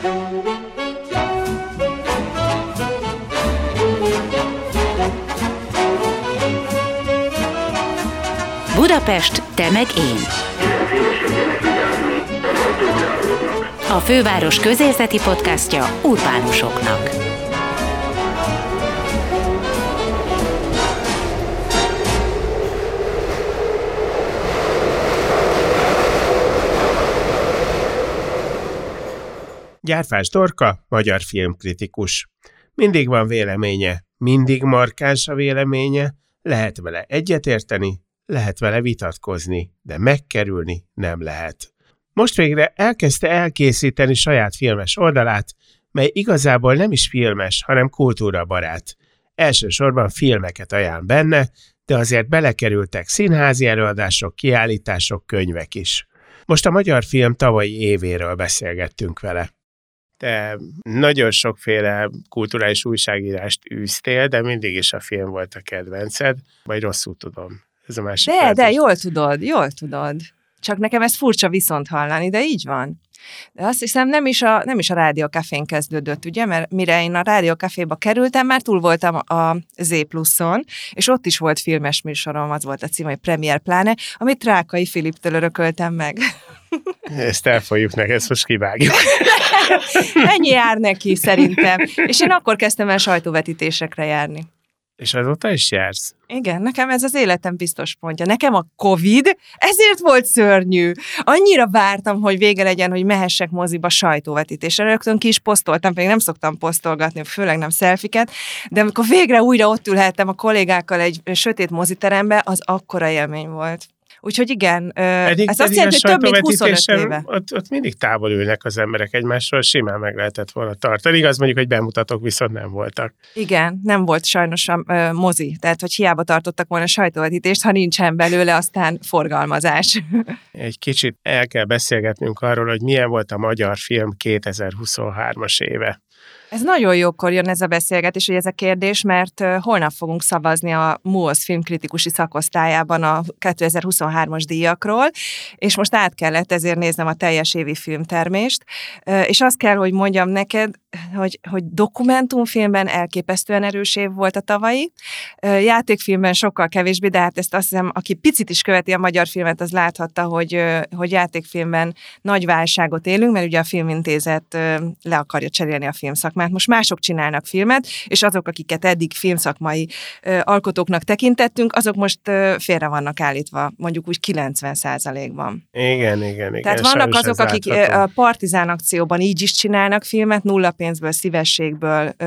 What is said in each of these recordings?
Budapest, te meg én. A főváros közérzeti podcastja urbánusoknak. Gyárfás Dorka, magyar filmkritikus. Mindig van véleménye, mindig markáns a véleménye, lehet vele egyetérteni, lehet vele vitatkozni, de megkerülni nem lehet. Most végre elkezdte elkészíteni saját filmes oldalát, mely igazából nem is filmes, hanem kultúrabarát. Elsősorban filmeket ajánl benne, de azért belekerültek színházi előadások, kiállítások, könyvek is. Most a magyar film tavalyi évéről beszélgettünk vele. Te nagyon sokféle kulturális újságírást űztél, de mindig is a film volt a kedvenced, vagy rosszul tudom. Ez a másik de jól tudod. Csak nekem ez furcza viszont hallani, de így van. De azt hiszem nem is a Rádió Cafén kezdődött, ugye, mert mire én a Rádió Caféba kerültem, már túl voltam a Z Pluszon, és ott is volt filmes műsorom, az volt a cím, hogy Premier Pláne, amit Rákai Filiptől örököltem meg. Ezt elfolyjuk neki, ezt most kivágjuk. Ennyi jár neki szerintem. És én akkor kezdtem el sajtóvetítésekre járni. És azóta is jársz? Igen, nekem ez az életem biztos pontja. Nekem a Covid ezért volt szörnyű. Annyira vártam, hogy vége legyen, hogy mehessek moziba sajtóvetítésre. Rögtön ki is posztoltam, pedig nem szoktam posztolgatni, főleg nem szelfiket, de amikor végre újra ott ülhettem a kollégákkal egy sötét moziterembe, az akkora élmény volt. Úgyhogy igen, ez azt jelenti, hogy több mint 25 éve. Ott mindig távol ülnek az emberek egymásról, simán meg lehetett volna tartani. Igaz, mondjuk, hogy bemutatók viszont nem voltak. Igen, nem volt sajnos a mozi, tehát hogy hiába tartottak volna sajtóvetítést, ha nincsen belőle aztán forgalmazás. Egy kicsit el kell beszélgetnünk arról, hogy milyen volt a magyar film 2023-as éve. Ez nagyon jókor jön ez a beszélgetés, hogy ez a kérdés, mert holnap fogunk szavazni a MUOS filmkritikusi szakosztályában a 2023-as díjakról, és most át kellett ezért néznem a teljes évi filmtermést, és azt kell, hogy mondjam neked, hogy dokumentumfilmben elképesztően erős év volt a tavalyi, játékfilmben sokkal kevésbé, de hát ezt azt hiszem, aki picit is követi a magyar filmet, az láthatta, hogy játékfilmben nagy válságot élünk, mert ugye a Filmintézet le akarja cserélni a filmszakmát. Most mások csinálnak filmet, és azok, akiket eddig filmszakmai alkotóknak tekintettünk, azok most félre vannak állítva, mondjuk úgy 90%-ban. Igen. Tehát vannak azok, akik a Partizán akcióban így is csinálnak filmet, nulla pénzből, szívességből,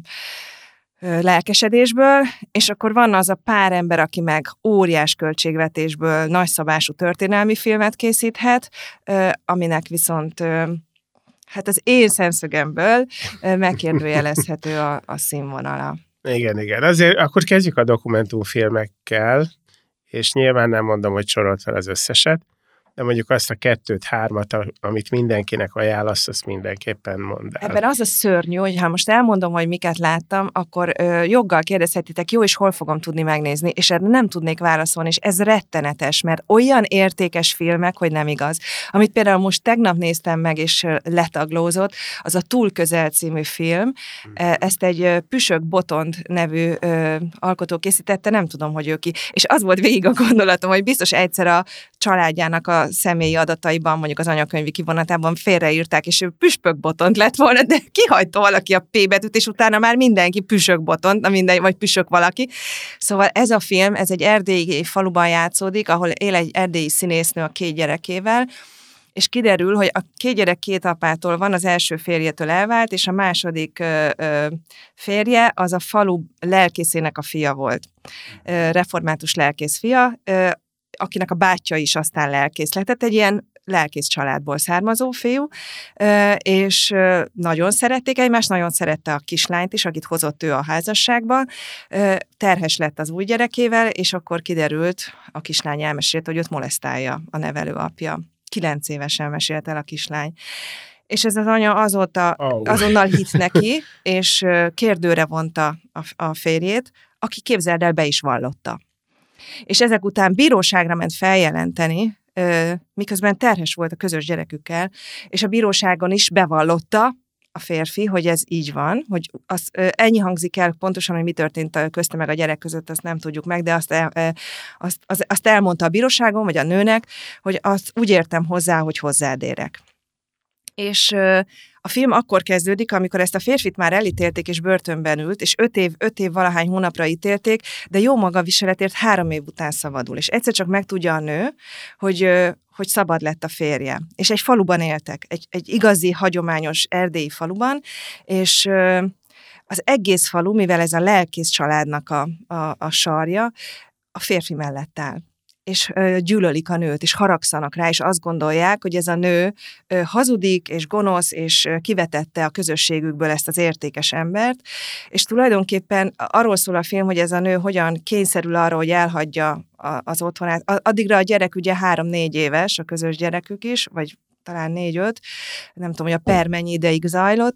lelkesedésből, és akkor van az a pár ember, aki meg óriás költségvetésből nagyszabású történelmi filmet készíthet, aminek viszont hát az én szemszögemből megkérdőjelezhető a színvonala. Igen. Azért akkor kezdjük a dokumentumfilmekkel, és nyilván nem mondom, hogy sorolt fel az összeset, de mondjuk azt a 2-3, amit mindenkinek ajánlasz, azt mindenképpen mondd el. Ebben az a szörnyű, hogy ha most elmondom, hogy miket láttam, akkor joggal kérdezhetitek, jó, és hol fogom tudni megnézni, és erre nem tudnék válaszolni, és ez rettenetes, mert olyan értékes filmek, hogy nem igaz. Amit például most tegnap néztem meg, és letaglózott, az a Túl közel című film. Ezt egy Püsök Botond nevű alkotó készítette, nem tudom, hogy ő ki. És az volt végig a gondolatom, hogy biztos egyszer a családjának a személyi adataiban, mondjuk az anyakönyvi kivonatában félreírták, és ő Püspök Botont lett volna, de kihagyta valaki a P betűt, és utána már mindenki Püsök Botont, vagy Püsök valaki. Szóval ez a film, ez egy erdélyi faluban játszódik, ahol él egy erdélyi színésznő a 2 gyerekével, és kiderül, hogy a 2 gyerek 2 apától van, az első férjétől elvált, és a második férje az a falu lelkészének a fia volt. Református lelkész fia, akinek a bátyja is aztán lelkész lett. Tehát egy ilyen lelkész családból származó fiú, és nagyon szerették egymást, nagyon szerette a kislányt is, akit hozott ő a házasságba. Terhes lett az új gyerekével, és akkor kiderült, a kislány elmesélte, hogy őt molesztálja a nevelőapja. 9 évesen mesélt el a kislány. És ez az anya azonnal hitt neki, és kérdőre vonta a férjét, aki képzeld el, be is vallotta. És ezek után bíróságra ment feljelenteni, miközben terhes volt a közös gyerekükkel, és a bíróságon is bevallotta, a férfi, hogy ez így van, hogy ennyi hangzik el pontosan, hogy mi történt közte meg a gyerek között, azt nem tudjuk meg, de azt elmondta a bíróságon, vagy a nőnek, hogy azt úgy értem hozzá, hogy hozzád érek. És a film akkor kezdődik, amikor ezt a férfit már elítélték, és börtönben ült, és 5 év valahány hónapra ítélték, de jó maga viseletért 3 év után szabadul. És egyszer csak megtudja a nő, hogy szabad lett a férje. És egy faluban éltek, egy igazi, hagyományos erdélyi faluban, és az egész falu, mivel ez a lelkész családnak a sarja, a férfi mellett áll. És gyűlölik a nőt, és haragszanak rá, és azt gondolják, hogy ez a nő hazudik, és gonosz, és kivetette a közösségükből ezt az értékes embert, és tulajdonképpen arról szól a film, hogy ez a nő hogyan kényszerül arra, hogy elhagyja az otthonát. Addigra a gyerek ugye 3-4 éves, a közös gyerekük is, vagy talán 4-5, nem tudom, hogy a per mennyi ideig zajlott,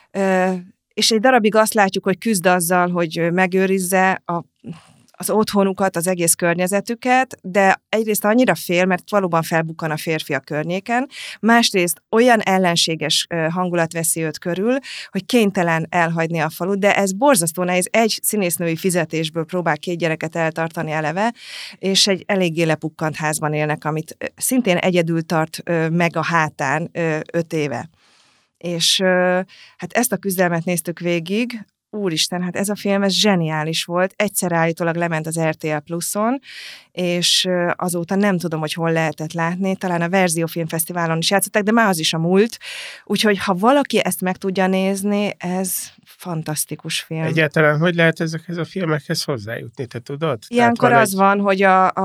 és egy darabig azt látjuk, hogy küzd azzal, hogy megőrizze az otthonukat, az egész környezetüket, de egyrészt annyira fél, mert valóban felbukkan a férfi a környéken, másrészt olyan ellenséges hangulat veszi őt körül, hogy kénytelen elhagyni a falut, de ez borzasztó nehéz, egy színésznői fizetésből próbál 2 gyereket eltartani eleve, és egy eléggé lepukkant házban élnek, amit szintén egyedül tart meg a hátán 5 éve. És hát ezt a küzdelmet néztük végig. Úristen, hát ez a film, ez zseniális volt. Egyszer állítólag lement az RTL Pluson, és azóta nem tudom, hogy hol lehetett látni, talán a Verziófilmfesztiválon is játszották, de már az is a múlt. Úgyhogy ha valaki ezt meg tudja nézni, ez fantasztikus film. Egyáltalán hogy lehet ezekhez a filmekhez hozzájutni, te tudod? Ilyenkor van, hogy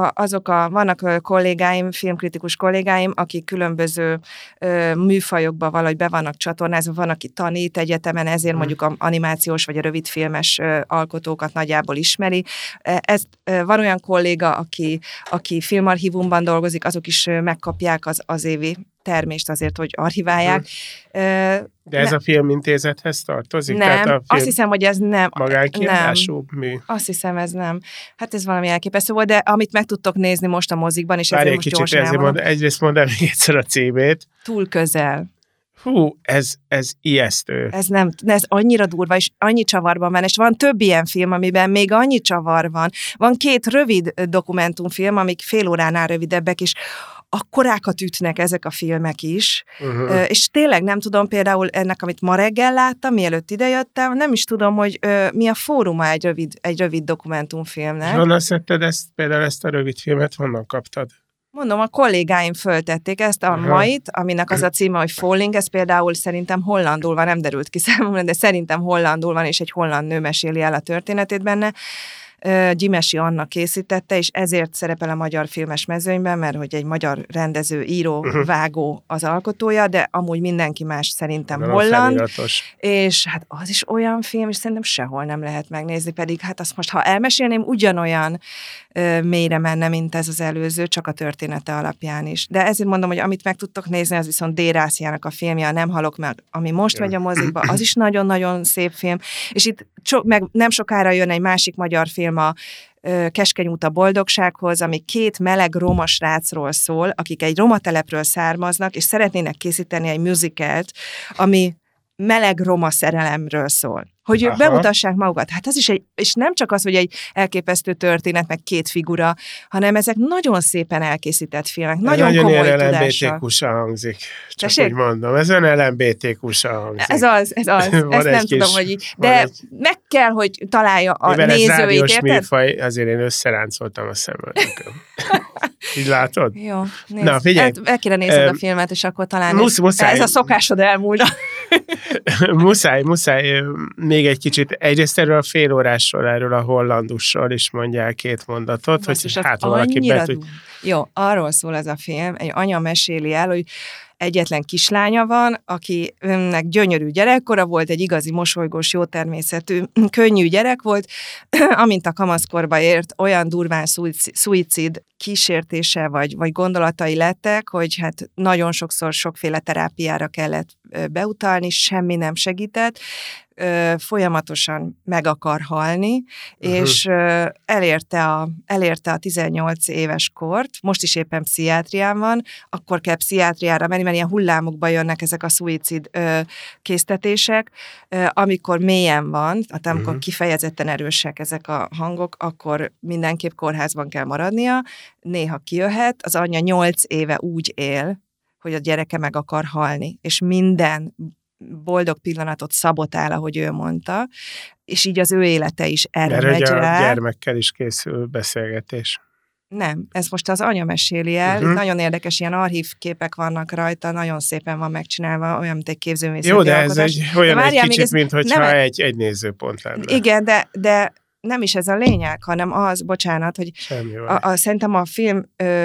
vannak kollégáim, filmkritikus kollégáim, akik különböző műfajokba valahogy be vannak csatornázva, van, aki tanít egyetemen, ezért mondjuk a animációs vagy a rövidfilmes alkotókat nagyjából ismeri. Van olyan kolléga, aki filmarchívumban dolgozik, azok is megkapják az évi termést azért, hogy archiválják. De ez a filmintézethez tartozik? Nem, azt hiszem, hogy ez nem. Magánkiadású mű? Azt hiszem, ez nem. Hát ez valami elképesztő volt, de amit meg tudtok nézni most a mozikban, és ezért most gyorsan elmondom. Egyrészt mondd el még egyszer a címét. Túl közel. Hú, ez ijesztő. Ez annyira durva, és annyi csavarban van, és van több ilyen film, amiben még annyi csavar van. Van 2 rövid dokumentumfilm, amik fél óránál rövidebbek, és akkorákat ütnek ezek a filmek is, és tényleg nem tudom például ennek, amit ma reggel láttam, mielőtt idejöttem, nem is tudom, hogy mi a fóruma egy rövid dokumentumfilmnek. Honnan szedted például ezt a rövid filmet, honnan kaptad? Mondom, a kollégáim föltették ezt a mait, aminek az a címe, hogy Falling, ez például szerintem hollandul van, nem derült ki számomra, de szerintem hollandul van, és egy holland nő meséli el a történetét benne. Gyimesi Anna készítette, és ezért szerepel a magyar filmes mezőnyben, mert hogy egy magyar rendező, író, vágó az alkotója, de amúgy mindenki más szerintem holland. És hát az is olyan film, és szerintem sehol nem lehet megnézni, pedig hát azt most, ha elmesélném, ugyanolyan mélyre menne, mint ez az előző, csak a története alapján is. De ezért mondom, hogy amit meg tudtok nézni, az viszont D. Rászjának a filmje, a Nem halok meg, ami most megy a mozikba, az is nagyon-nagyon szép film. És itt meg nem sokára jön egy másik magyar film, a Keskeny út a boldogsághoz, ami 2 meleg roma srácról szól, akik egy roma telepről származnak, és szeretnének készíteni egy musicalt, ami meleg roma szerelemről szól. Hogy bemutassák magukat. Hát az is és nem csak az, hogy egy elképesztő történet, meg 2 figura, hanem ezek nagyon szépen elkészített filmek, nagyon komoly tudással. Nagyon LMBTQ-san hangzik, csak úgy mondom. Ez olyan LMBTQ-san hangzik. Ez az. Ezt nem tudom, hogy így. De meg kell, hogy találja a nézőit, érted? Mivel ez rádiós műfaj, azért én összeráncoltam a szemöldököm. Így látod? Jó, nézd. Na, figyelj. Hát meg kéne nézned a filmet, és akkor talán muszáj. Ez a szokásod elmúlna. muszáj még egy kicsit, egyrészt erről a félórásról, erről a hollandusról is mondjál 2 mondatot, hogy hát valaki betűnt. Jó, arról szól ez a film, egy anya meséli el, hogy egyetlen kislánya van, akinek gyönyörű gyerekkora volt, egy igazi mosolygós, jótermészetű, könnyű gyerek volt, amint a kamaszkorba ért, olyan durván szuicid kísértése vagy gondolatai lettek, hogy hát nagyon sokszor sokféle terápiára kellett beutalni, semmi nem segített, folyamatosan meg akar halni, és elérte a 18 éves kort, most is éppen pszichiátrián van, akkor kell pszichiátriára menni, mert ilyen hullámokba jönnek ezek a szuicid késztetések, amikor mélyen van, amikor kifejezetten erősek ezek a hangok, akkor mindenképp kórházban kell maradnia, néha kijöhet, az anyja 8 éve úgy él, hogy a gyereke meg akar halni, és minden boldog pillanatot szabotál, ahogy ő mondta, és így az ő élete is erre megy rá. A gyermekkel is készül beszélgetés. Nem, ez most az anya meséli el, nagyon érdekes, ilyen archív képek vannak rajta, nagyon szépen van megcsinálva, olyan, mint egy képzőművészeti alkotás. Jó, de alkotás. ez olyan egy kicsit, mintha egy nézőpont lenne. Igen, de nem is ez a lényeg, hanem az, bocsánat, hogy szerintem a film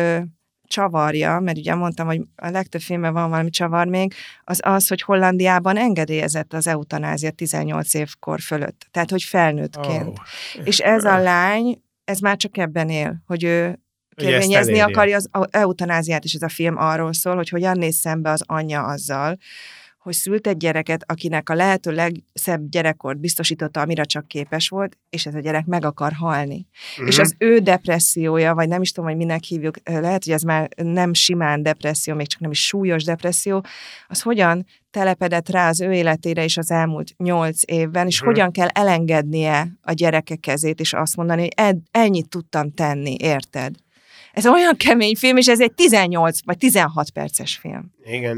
csavarja, mert ugye mondtam, hogy a legtöbb filmben van valami csavar még, az, hogy Hollandiában engedélyezett az eutanázia 18 évkor fölött. Tehát, hogy felnőttként. És ez a lány, ez már csak ebben él, hogy ő kérvényezni akarja az eutanáziát, és ez a film arról szól, hogy hogyan néz szembe az anyja azzal, hogy szült egy gyereket, akinek a lehető legszebb gyerekkort biztosította, amire csak képes volt, és ez a gyerek meg akar halni. És az ő depressziója, vagy nem is tudom, hogy minek hívjuk, lehet, hogy ez már nem simán depresszió, még csak nem is súlyos depresszió, az hogyan telepedett rá az ő életére is az elmúlt 8 évben, és hogyan kell elengednie a gyereke kezét, és azt mondani, hogy ennyit tudtam tenni, érted? Ez olyan kemény film, és ez egy 18 vagy 16 perces film. Igen.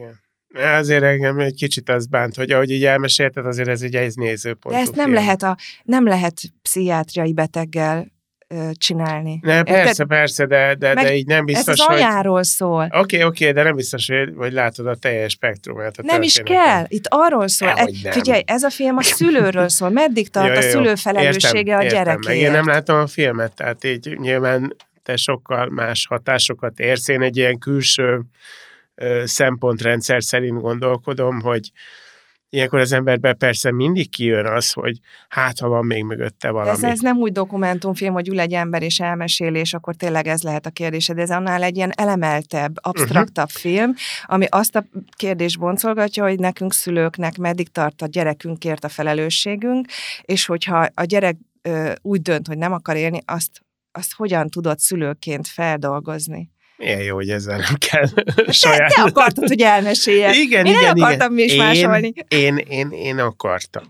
Azért engem egy kicsit az bánt, hogy ahogy így elmesélted, azért ez ugye egy nézőpontú de ezt nem lehet pszichiátriai beteggel csinálni. Ne, persze, de így nem biztos, ez az anyáról szól. Oké, de nem biztos, hogy látod a teljes spektrumát. Nem is kell, itt arról szól. Figyelj, ez a film a szülőről szól. Meddig tart a szülő felelőssége a gyerekéért? Én nem látom a filmet, tehát így nyilván te sokkal más hatásokat érsz. Én egy ilyen külső szempontrendszer szerint gondolkodom, hogy ilyenkor az emberben persze mindig kijön az, hogy ha van még mögötte valami. Ez nem úgy dokumentumfilm, hogy ül egy ember és elmesél, és akkor tényleg ez lehet a kérdésed, de ez annál egy ilyen elemeltebb, absztraktabb film, ami azt a kérdést boncolgatja, hogy nekünk szülőknek meddig tart a gyerekünkért a felelősségünk, és hogyha a gyerek úgy dönt, hogy nem akar élni, azt hogyan tudod szülőként feldolgozni? Milyen jó, hogy ezzel nem kell saját... Te akartad, hogy elmeséljed. Igen. Nem akartam mi is másolni. Én akartam.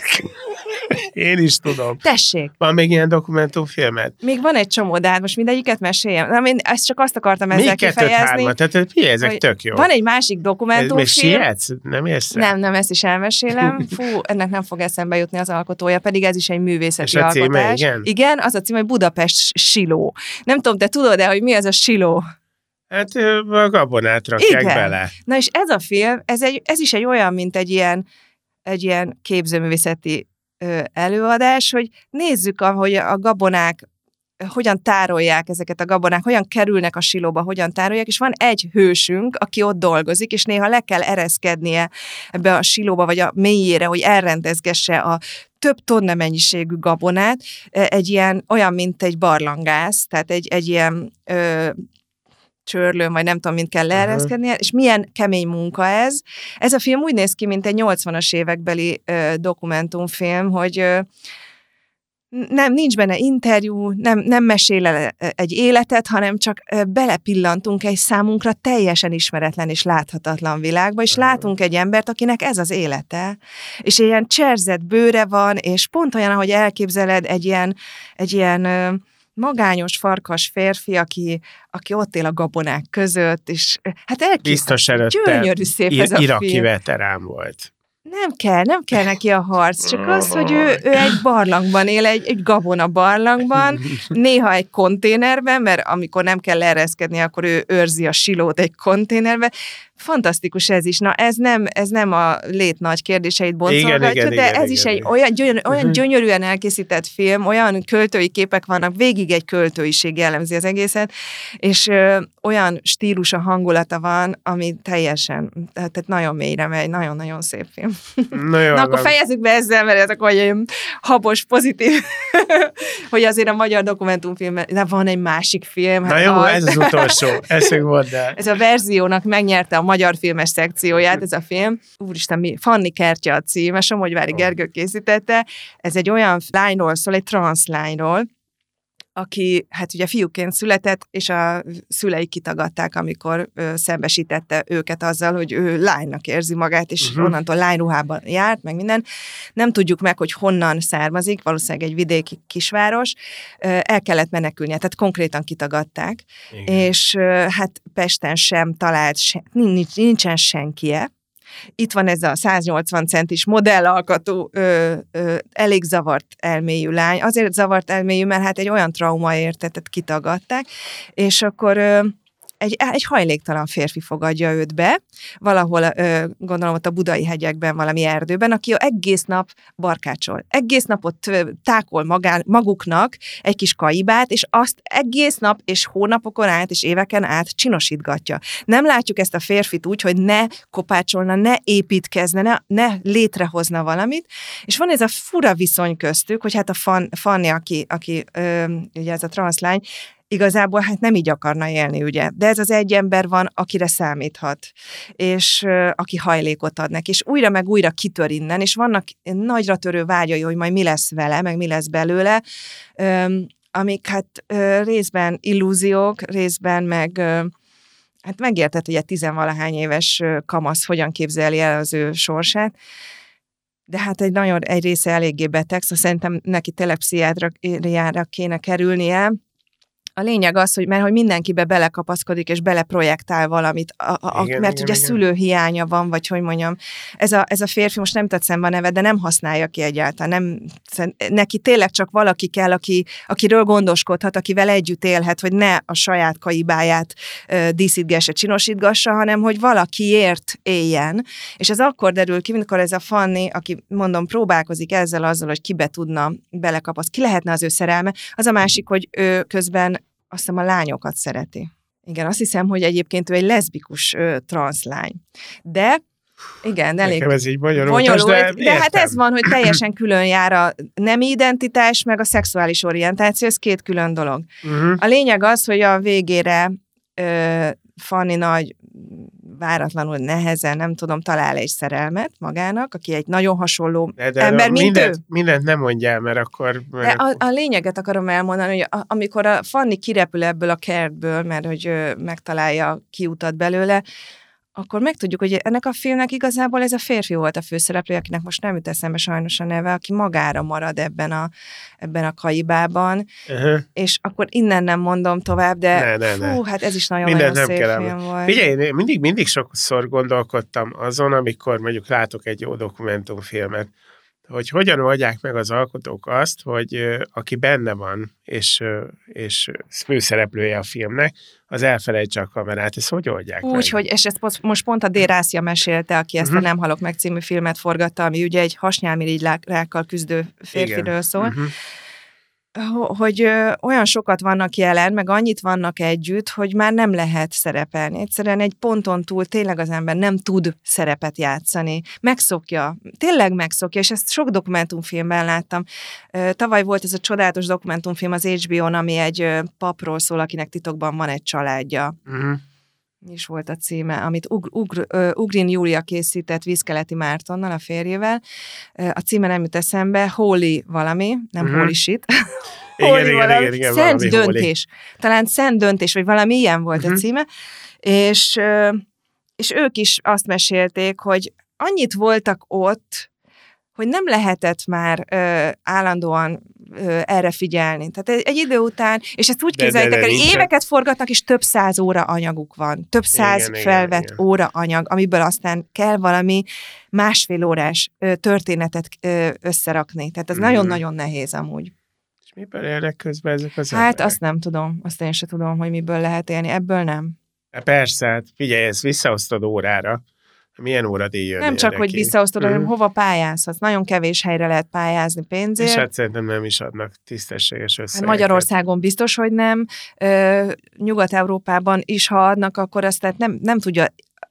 Én is tudom. Tessék. Van még ilyen dokumentumfilmet? Még van egy csomó, de hát most mindegyiket meséljem. Nem, én ezt csak azt akartam ezzel kifejezni. Még 2-3, tehát ezek tök jó. Van egy másik dokumentumfilm. Még sietsz? Nem érsz rá? Nem, ezt is elmesélem. Fú, ennek nem fog eszembe jutni az alkotója, pedig ez is egy művészeti alkotás. Címe, igen? Igen, az a cím, hogy Budapest siló. Nem tudom, te tudod-e, hogy mi az a siló? Hát a gabonát rakják bele. Na és ez a film, ez is egy olyan, mint egy ilyen képzőművészeti előadás, hogy nézzük, ahogy a gabonák hogyan tárolják ezeket a gabonák, hogyan kerülnek a silóba, hogyan tárolják, és van egy hősünk, aki ott dolgozik, és néha le kell ereszkednie ebbe a silóba, vagy a mélyére, hogy elrendezgesse a több tonna mennyiségű gabonát, egy ilyen, olyan, mint egy barlangász, tehát egy ilyen csörlőn, vagy nem tudom, mint kell leereszkednie, és milyen kemény munka ez. Ez a film úgy néz ki, mint egy 80-as évekbeli dokumentumfilm, hogy nincs benne interjú, nem mesél el egy életet, hanem csak belepillantunk egy számunkra teljesen ismeretlen és láthatatlan világba, és látunk egy embert, akinek ez az élete. És ilyen cserzett bőre van, és pont olyan, ahogy elképzeled, egy ilyen magányos, farkas férfi, aki ott él a gabonák között, és hát biztos előtte gyönyörű szép ez a iraki film. veterán volt. Nem kell neki a harc, csak az, hogy ő egy barlangban él, egy gabona barlangban, néha egy konténerben, mert amikor nem kell leereszkedni, akkor ő őrzi a silót egy konténerben. Fantasztikus ez is. Na, ez nem a lét nagy kérdéseit boncolgatja, de ez is egy olyan gyönyörűen elkészített film, olyan költői képek vannak, végig egy költőiség jellemzi az egészet, és olyan stílusa, hangulata van, ami teljesen, tehát nagyon mélyre megy, nagyon-nagyon szép film. Na akkor fejezzük be ezzel, mert ez akkor egy habos, pozitív, hogy azért a magyar dokumentumfilm, de van egy másik film. Na jó, ez az utolsó, eszünk volt, de... Ez a Verziónak megnyerte a magyar filmes szekcióját, ez a film. Úristen, Fanni kertje a címe, Somogyvári Gergő készítette. Ez egy olyan lányról szól, egy transzlányról, aki hát ugye fiúként született, és a szülei kitagadták, amikor szembesítette őket azzal, hogy ő lánynak érzi magát, és onnantól lányruhában járt, meg minden. Nem tudjuk meg, hogy honnan származik, valószínűleg egy vidéki kisváros. El kellett menekülnie, tehát konkrétan kitagadták. Igen. És hát Pesten sem talált, nincsen senkie. Itt van ez a 180 centis modellalkatú, elég zavart elmélyű lány. Azért zavart elmélyű, mert hát egy olyan trauma érte, tehát kitagadták, és akkor egy hajléktalan férfi fogadja őt be, valahol, gondolom ott a Budai hegyekben, valami erdőben, aki egész nap barkácsol. Egész napot tákol maguknak egy kis kaibát, és azt egész nap és hónapokon át és éveken át csinosítgatja. Nem látjuk ezt a férfit úgy, hogy ne kopácsolna, ne építkezne, ne létrehozna valamit, és van ez a fura viszony köztük, hogy hát a Fanni, aki ugye ez a transzlány, igazából hát nem így akarna élni, ugye. De ez az egy ember van, akire számíthat, és aki hajlékot ad neki, és újra meg újra kitör innen, és vannak nagyra törő vágyai, hogy majd mi lesz vele, meg mi lesz belőle, amik hát részben illúziók, részben meg hát megértett, hogy egy 10-valahány éves kamasz hogyan képzeli el az ő sorsát, de hát egy része eléggé beteg, szóval szerintem neki tényleg pszichiátriára kéne kerülnie. A lényeg az, hogy mindenkibe belekapaszkodik, és beleprojektál valamit, mert ugye szülőhiánya van, vagy hogy mondjam, ez a férfi, most nem tetszem a neve, de nem használja ki egyáltalán. Neki tényleg csak valaki kell, akiről gondoskodhat, akivel együtt élhet, hogy ne a saját kaibáját díszítgesse, csinosítgassa, hanem hogy valakiért éljen. És ez akkor derül ki, amikor ez a Fanni, aki mondom, próbálkozik azzal, hogy kibe tudna belekapaszkodni, ki lehetne az ő szerelme. Az a másik, hogy ő közben azt hiszem a lányokat szereti. Igen, azt hiszem, hogy egyébként ő egy leszbikus transzlány. De igen, elég ez így bonyolult, de hát ez van, hogy teljesen külön jár a nemi identitás, meg a szexuális orientáció, ez két külön dolog. A lényeg az, hogy a végére Fanni nagy váratlanul nehezen, nem tudom, talál egy szerelmet magának, aki egy nagyon hasonló ember, mint ő. Mindent nem mondjál, mert akkor... A lényeget akarom elmondani, hogy amikor a Fanni kirepül ebből a kertből, mert hogy megtalálja a kiutat belőle, akkor megtudjuk, hogy ennek a filmnek igazából ez a férfi volt a főszereplő, akinek most nem jut eszembe sajnos a neve, aki magára marad ebben a kaibában, és akkor innen nem mondom tovább, de hát ez is nagyon szép film volt. Figyelj, mindig sokszor gondolkodtam azon, amikor mondjuk látok egy jó dokumentumfilmet, hogy hogyan oldják meg az alkotók azt, hogy aki benne van, és főszereplője a filmnek, az elfelejtse a kamerát. Ezt hogy oldják meg? Úgy, hogy, és ezt most pont a D. Rászia mesélte, aki ezt a Nem halok meg című filmet forgatta, ami ugye egy hasnyálmirigyrákkal küzdő férfiről szól, hogy olyan sokat vannak jelen, meg annyit vannak együtt, hogy már nem lehet szerepelni. Egyszerűen egy ponton túl tényleg az ember nem tud szerepet játszani. Megszokja, tényleg megszokja, és ezt sok dokumentumfilmben láttam. Tavaly volt ez a csodálatos dokumentumfilm az HBO-n, ami egy papról szól, akinek titokban van egy családja. Mi is volt a címe, amit Ugrin Júlia készített Vízkeleti Mártonnal, a férjével. A címe nem jut eszembe, Holy valami, nem Holy shit. Igen, Szent döntés. Talán Szent döntés, vagy valami ilyen volt a címe. És ők is azt mesélték, hogy annyit voltak ott, hogy nem lehetett már állandóan erre figyelni. Tehát egy idő után, és ezt úgy képzeljétek el, hogy éveket forgatnak, és több 100 óra anyaguk van. Több 100 felvett óra anyag, amiből aztán kell valami 1,5 órás történetet összerakni. Tehát ez nagyon-nagyon nehéz amúgy. És miből élnek közben ezek az emberek? Azt nem tudom. Azt én sem tudom, hogy miből lehet élni. Ebből nem. Persze, hát figyelj, ezt visszaosztod órára. Milyen óradíj jön? Nem csak, neki? Hogy visszaosztod, hanem hova pályázhatsz. Nagyon kevés helyre lehet pályázni pénzért. És hát szerintem nem is adnak tisztességes összegeket. Hát Magyarországon biztos, hogy nem. Nyugat-Európában is, ha adnak, akkor azt tehát nem tudja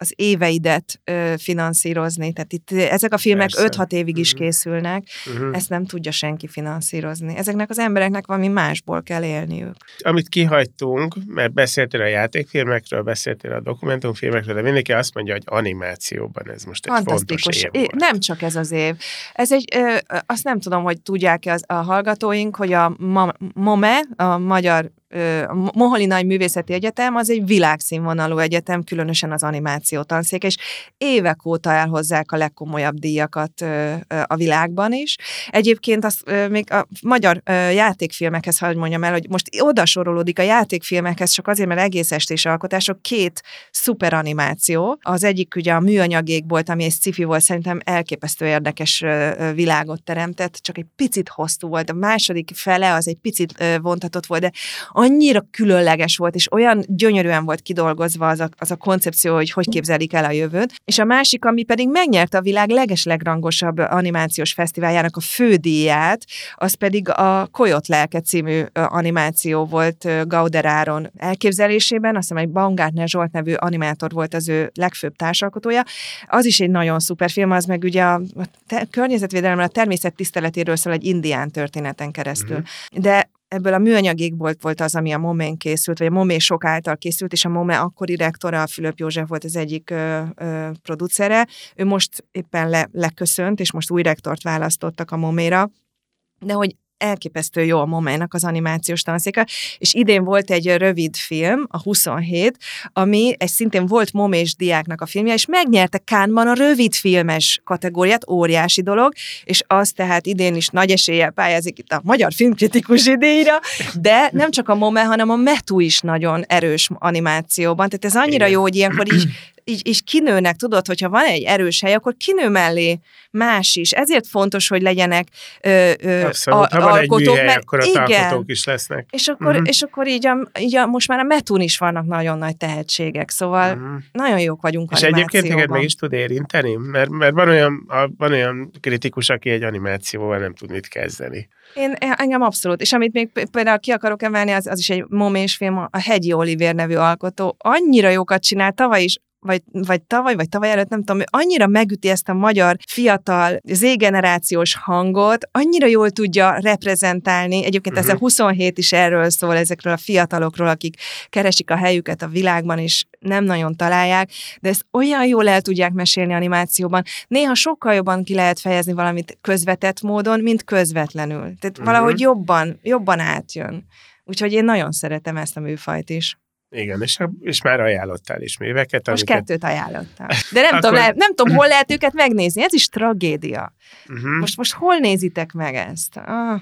az éveidet finanszírozni. Tehát itt ezek a filmek Persze. 5-6 évig is készülnek, ezt nem tudja senki finanszírozni. Ezeknek az embereknek valami másból kell élniük. Amit kihagytunk, mert beszéltél a játékfilmekről, beszéltél a dokumentumfilmekről, de mindenki azt mondja, hogy animációban ez most egy fontos év volt. Nem csak ez az év. Ez azt nem tudom, hogy tudják-e a hallgatóink, hogy a MOME, a Magyar Moholi Nagy Művészeti Egyetem, az egy világszínvonalú egyetem, különösen az animáció tanszék, és évek óta elhozzák a legkomolyabb díjakat a világban is. Egyébként azt még a magyar játékfilmekhez, hadd mondjam el, hogy most oda sorolódik a játékfilmekhez, csak azért, mert egész estés alkotások, 2 szuper animáció. Az egyik ugye a Műanyagék volt, ami egy sci-fi volt, szerintem elképesztő érdekes világot teremtett, csak egy picit hosszú volt. A második fele az egy picit vontatott volt, de annyira különleges volt, és olyan gyönyörűen volt kidolgozva az a koncepció, hogy képzelik el a jövőt. És a másik, ami pedig megnyerte a világ legeslegrangosabb animációs fesztiváljának a fődíját, az pedig a Coyote lelke című animáció volt Gauder Áron elképzelésében, azt hiszem egy Baumgartner Zsolt nevű animátor volt az ő legfőbb társalkotója. Az is egy nagyon szuper film, az meg ugye a környezetvédelemről, a természet tiszteletéről szól egy indián történeten keresztül. De ebből a Műanyagékból volt az, ami a MOME-n készült, vagy a MOME sok által készült, és a MOME akkori rektora, a Fülöp József volt az egyik producere. Ő most éppen leköszönt, és most új rektort választottak a MOME-ra, de hogy elképesztő jó a MOME-nak az animációs tanszéka, és idén volt egy rövid film, a 27, ami egy szintén volt MOME-s diáknak a filmje, és megnyerte Cannes-ban a rövid filmes kategóriát, óriási dolog, és az tehát idén is nagy eséllyel pályázik itt a Magyar Filmkritikus díjra, de nem csak a MOME, hanem a METU is nagyon erős animációban, tehát ez annyira jó, hogy ilyenkor így kinőnek, tudod, hogyha van egy erős hely, akkor kinő mellé más is. Ezért fontos, hogy legyenek Abszolút, ha van egy műhely, akkor a alkotók is lesznek. És akkor így most már a METUN is vannak nagyon nagy tehetségek, szóval nagyon jók vagyunk és animációban. És egyébként téged meg is tud érinteni? Mert van olyan kritikus, aki egy animációval nem tud mit kezdeni. Engem abszolút. És amit még például ki akarok emelni, az is egy MOME-s film, a Hegyi Olivér nevű alkotó. Annyira jókat csinál, tavaly is, vagy tavaly előtt, nem tudom, annyira megüti ezt a magyar fiatal Z-generációs hangot, annyira jól tudja reprezentálni. Egyébként ez a 27 is erről szól, ezekről a fiatalokról, akik keresik a helyüket a világban, és nem nagyon találják, de ezt olyan jól el tudják mesélni animációban. Néha sokkal jobban ki lehet fejezni valamit közvetett módon, mint közvetlenül. Tehát valahogy jobban átjön. Úgyhogy én nagyon szeretem ezt a műfajt is. Igen, és már ajánlottál is műveket. Most 2 ajánlottam. De nem tudom, hol lehet őket megnézni. Ez is tragédia. Most hol nézitek meg ezt?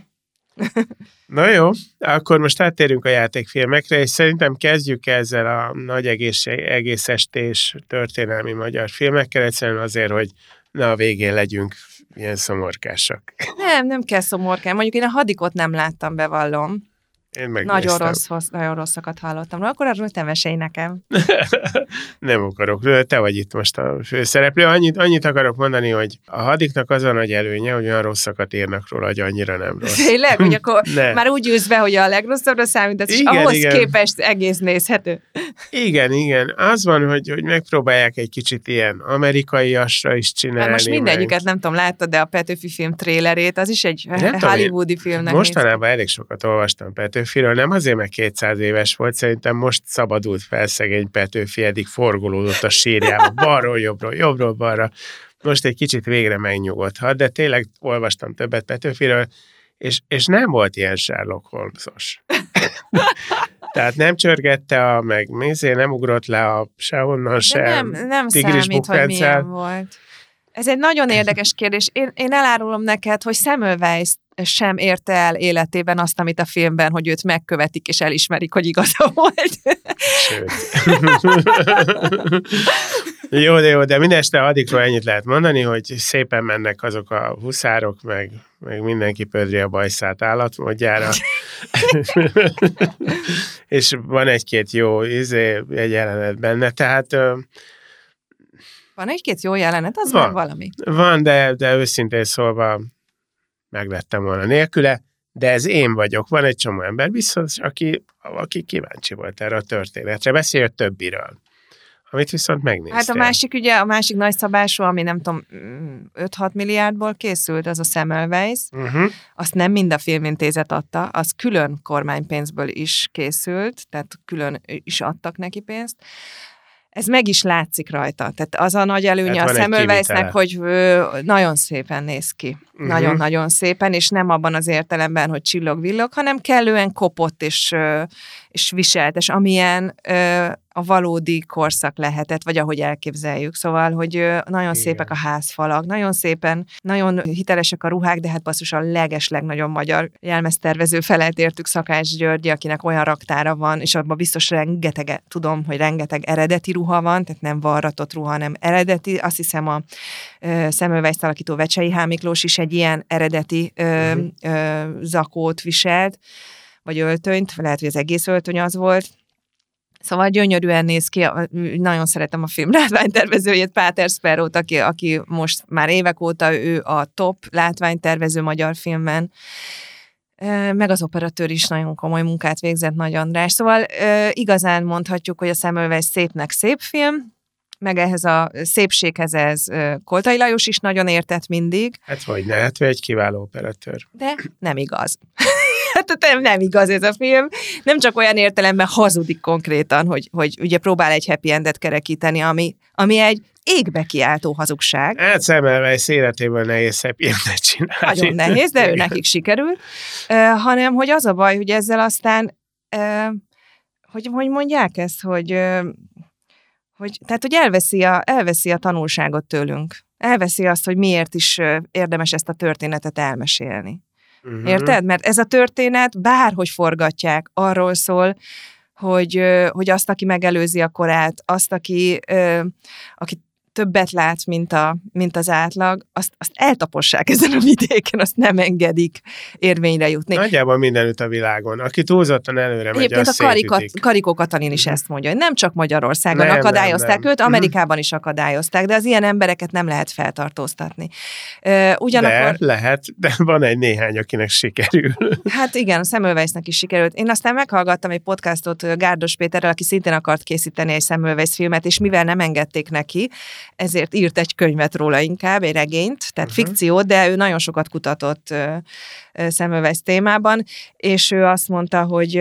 Na jó, akkor most áttérünk a játékfilmekre, és szerintem kezdjük ezzel a nagy egész estés történelmi magyar filmekkel, egyszerűen azért, hogy a végén legyünk ilyen szomorkásak. Nem kell szomorkán. Mondjuk én a Hadikot nem láttam, bevallom. Én megnéztem. Nagyon rosszakat hallottam. Akkor arról te mesélj nekem. Nem akarok. Te vagy itt most a főszereplő. Annyit akarok mondani, hogy a Hadiknak az a nagy előnye, hogy olyan rosszakat írnak róla, hogy annyira nem rossz. Tényleg? Hogy akkor már úgy ülsz be, hogy a legrosszabbra számít, és ahhoz képest egész nézhető. Igen. Az van, hogy megpróbálják egy kicsit ilyen amerikaiasra is csinálni. Most mindegyiket nem tudom, láttad, de a Petőfi film trélerét, az is egy hollywoodi filmnek. Mostanában elég sokat olvastam Petőfiről, nem azért, mert 200 éves volt, szerintem most szabadult fel szegény Petőfi, eddig forgolódott a sírjába, balról, jobbról, balra. Most egy kicsit végre megnyugodhat, de tényleg olvastam többet Petőfiről, és nem volt ilyen Sherlock Holmes-os. Tehát nem csörgette nem ugrott le sehonnan sem. Nem számít, hogy milyen volt. Ez egy nagyon érdekes kérdés. Én elárulom neked, hogy Semmelweis sem érte el életében azt, amit a filmben, hogy őt megkövetik és elismerik, hogy igaza volt. Sőt. Jó, de mindeste Hadikról ennyit lehet mondani, hogy szépen mennek azok a huszárok, meg mindenki pödri a bajszát állatmódjára. És van egy-két jó egy jelenet benne, tehát... Van egy-két jó jelenet, az van valami. Van, de őszintén szólva meglettem volna nélküle, de ez én vagyok. Van egy csomó ember biztos, aki kíváncsi volt erre a történetre. Beszél többiről. Amit viszont megnéztél. Hát a másik nagyszabású, ami nem tudom, 5-6 milliárdból készült, az a Semmelweis. Azt nem mind a Filmintézet adta, az külön kormánypénzből is készült, tehát külön is adtak neki pénzt. Ez meg is látszik rajta. Tehát az a nagy előnye a Semmelweisnek, hogy nagyon szépen néz ki. Nagyon-nagyon szépen, és nem abban az értelemben, hogy csillog-villog, hanem kellően kopott és viseltes, amilyen a valódi korszak lehetett, vagy ahogy elképzeljük. Szóval, hogy nagyon szépek a házfalak, nagyon szépen, nagyon hitelesek a ruhák, de hát basszus a legnagyobb magyar jelmeztervező felett értük Szakács György, akinek olyan raktára van, és abban biztos tudom, hogy rengeteg eredeti ruha van, tehát nem varratott ruha, hanem eredeti. Azt hiszem a Semmelweist alakító Vecsei H. Miklós is egy ilyen eredeti zakót viselt, vagy öltönyt, lehet, hogy az egész öltöny az volt. Szóval gyönyörűen néz ki, nagyon szeretem a film látványtervezőjét, Páter Sparrowt, aki most már évek óta ő a top látványtervező magyar filmben, meg az operatőr is nagyon komoly munkát végzett, Nagy András. Szóval igazán mondhatjuk, hogy a Semmelweis szépnek szép film, meg ehhez a szépséghez ez Koltai Lajos is nagyon értett mindig. Hát hogyne, hát ő egy kiváló operatőr. De nem igaz. Hát nem igaz ez a film. Nem csak olyan értelemben hazudik konkrétan, hogy ugye próbál egy happy endet kerekíteni, ami egy égbe kiáltó hazugság. Hát Semmelweis életéből nehéz happy endet csinálni. Nagyon nehéz, de ő nekik sikerült. Hanem, hogy az a baj, hogy ezzel aztán, hogy mondják ezt, hogy elveszi a tanulságot tőlünk. Elveszi azt, hogy miért is érdemes ezt a történetet elmesélni. Érted? Mert ez a történet, bárhogy forgatják, arról szól, hogy azt, aki megelőzi a korát, azt, aki többet lát, mint az átlag, azt eltapossák ezen a vidéken, azt nem engedik érvényre jutni. Nagyjából mindenütt a világon. Aki túlzottan előre megy, azt szétütik. Karikó Katalin is ezt mondja, hogy nem csak Magyarországon akadályozták őt, Amerikában is akadályozták, de az ilyen embereket nem lehet feltartóztatni. Ugyanakkor... De lehet, de van néhány, akinek sikerül. Hát igen, a Semmelweisnek is sikerült. Én aztán meghallgattam egy podcastot Gárdos Péterrel, aki szintén akart készíteni egy Semmelweis filmet, és mivel nem engedték neki, ezért írt egy könyvet róla inkább, egy regényt, tehát fikciót, de ő nagyon sokat kutatott Semmelweis témában, és ő azt mondta, hogy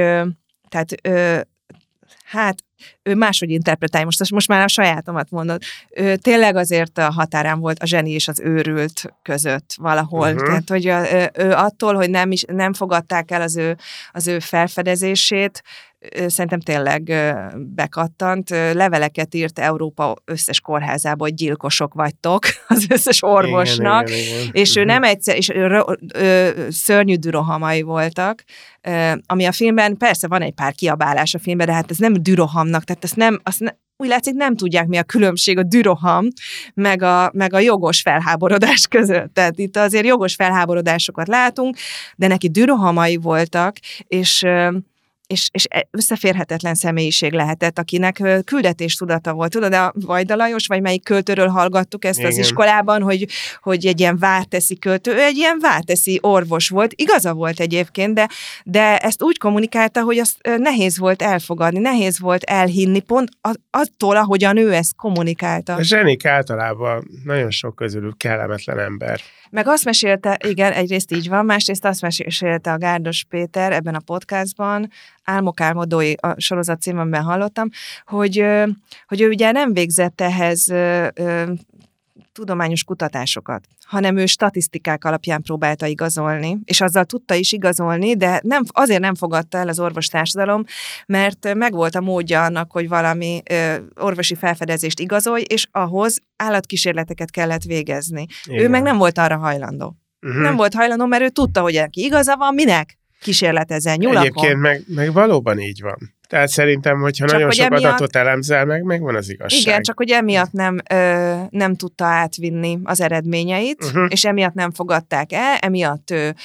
ő máshogy interpretálja, most már a sajátomat mondod, ő tényleg azért a határán volt a zseni és az őrült között valahol. Tehát, hogy ő attól, hogy nem fogadták el az ő felfedezését, szerintem tényleg bekattant. Leveleket írt Európa összes kórházába, hogy gyilkosok vagytok az összes orvosnak, igen. És ő nem egyszer, és szörnyű dürohamai voltak, ami a filmben, persze van egy pár kiabálás a filmben, de hát ez nem dürohamnak, tehát úgy látszik, nem tudják, mi a különbség a düroham, meg a jogos felháborodás között. Tehát itt azért jogos felháborodásokat látunk, de neki dürohamai voltak, és összeférhetetlen személyiség lehetett, akinek küldetéstudata volt. Tudod, a Vajda Lajos, vagy melyik költőről hallgattuk ezt az iskolában, hogy egy ilyen várteszi költő, ő egy ilyen várteszi orvos volt. Igaza volt egyébként, de ezt úgy kommunikálta, hogy azt nehéz volt elfogadni, nehéz volt elhinni, pont attól, ahogyan ő ezt kommunikálta. A zsenik általában nagyon sok közülük kellemetlen ember. Meg azt mesélte, igen, egyrészt így van, másrészt azt mesélte a Gárdos Péter ebben a podcastban, Álmok álmodói a sorozat címemben hallottam, hogy ő ugye nem végzett ehhez tudományos kutatásokat, hanem ő statisztikák alapján próbálta igazolni, és azzal tudta is igazolni, de azért nem fogadta el az orvostársadalom, mert megvolt a módja annak, hogy valami orvosi felfedezést igazolj, és ahhoz állatkísérleteket kellett végezni. Igen. Ő meg nem volt arra hajlandó. Nem volt hajlandó, mert ő tudta, hogy neki igaza van, minek kísérletezzen nyulakon. Egyébként meg valóban így van. Tehát szerintem, hogyha csak nagyon sok adatot elemzel, megvan az igazság. Igen, csak hogy emiatt nem tudta átvinni az eredményeit, és emiatt nem fogadták el, emiatt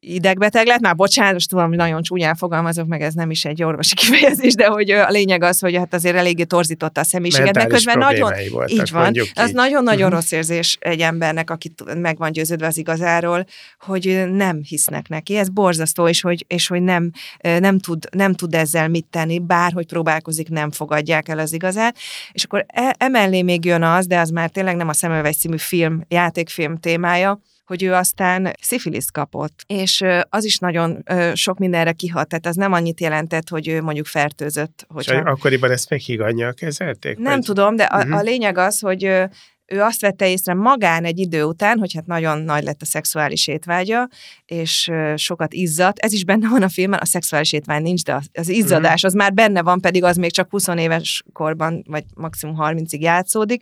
idegbeteg lett, már bocsánat, most tudom, hogy nagyon csúnyán fogalmazok, meg ez nem is egy orvosi kifejezés, de hogy a lényeg az, hogy hát azért eléggé torzította a személyiséget, de közben nagyon, így van, az nagyon-nagyon rossz érzés egy embernek, aki meg van győződve az igazáról, hogy nem hisznek neki, ez borzasztó, és hogy nem tud ezzel mit tenni, bárhogy próbálkozik, nem fogadják el az igazát, és akkor emellé még jön az, de az már tényleg nem a Semmelweis című játékfilm témája, hogy ő aztán szifiliszt kapott, és az is nagyon sok mindenre kihat, tehát az nem annyit jelentett, hogy ő mondjuk fertőzött. És akkoriban ezt még higannyal kezelték? Nem tudom, de a lényeg az, hogy ő azt vette észre magán egy idő után, hogy hát nagyon nagy lett a szexuális étvágya, és sokat izzadt. Ez is benne van a filmben, a szexuális étvágy nincs, de az izzadás az már benne van, pedig az még csak 20 éves korban, vagy maximum 30-ig játszódik.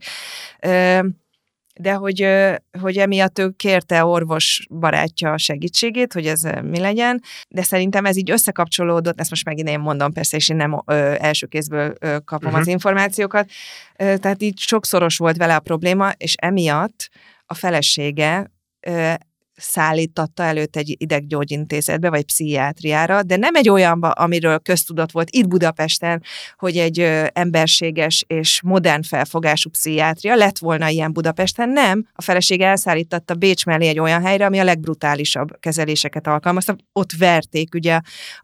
De hogy emiatt ő kérte orvos barátja segítségét, hogy ez mi legyen, de szerintem ez így összekapcsolódott, ezt most megint én mondom persze, és én nem első kézből kapom az információkat, tehát így sokszoros volt vele a probléma, és emiatt a felesége szállítatta előtt egy ideggyógyintézetbe, vagy pszichiátriára, de nem egy olyanba, amiről köztudott volt itt Budapesten, hogy egy emberséges és modern felfogású pszichiátria lett volna ilyen Budapesten, nem. A felesége elszállítatta Bécs mellé egy olyan helyre, ami a legbrutálisabb kezeléseket alkalmazta. Ott verték ugye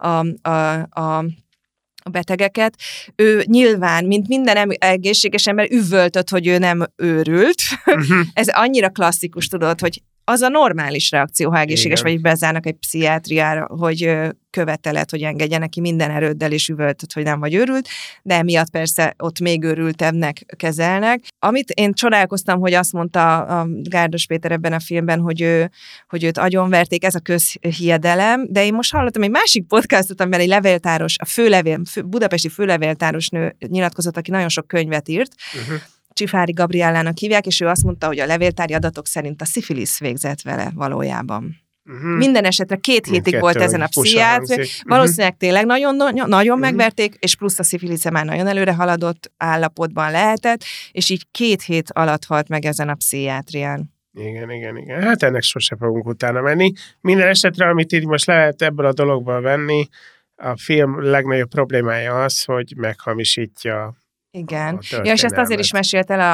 a betegeket. Ő nyilván, mint minden egészséges ember, üvöltött, hogy ő nem őrült. Ez annyira klasszikus, tudod, hogy az a normális reakció, ha egészséges vagy, bezárnak egy pszichiátriára, hogy követeled, hogy engedje neki minden erőddel, és üvöltöd, hogy nem vagy őrült, de emiatt persze ott még őrültebbnek kezelnek. Amit én csodálkoztam, hogy azt mondta a Gárdos Péter ebben a filmben, hogy őt agyonverték, ez a közhiedelem, de én most hallottam egy másik podcastot, amiben egy levéltáros, budapesti főlevéltárosnő nyilatkozott, aki nagyon sok könyvet írt, Csifári Gabriellának hívják, és ő azt mondta, hogy a levéltári adatok szerint a szifilisz végzett vele valójában. Minden esetre 2 hétig volt ezen a pszichiátria. Valószínűleg tényleg nagyon megverték, és plusz a szifilisze már nagyon előre haladott állapotban lehetett, és így 2 hét alatt halt meg ezen a pszichiátrián. Igen. Hát ennek sose fogunk utána menni. Minden esetre, amit így most lehet ebből a dologból venni, a film legnagyobb problémája az, hogy meghamisítja. Igen. Ja, és ezt azért is mesélt el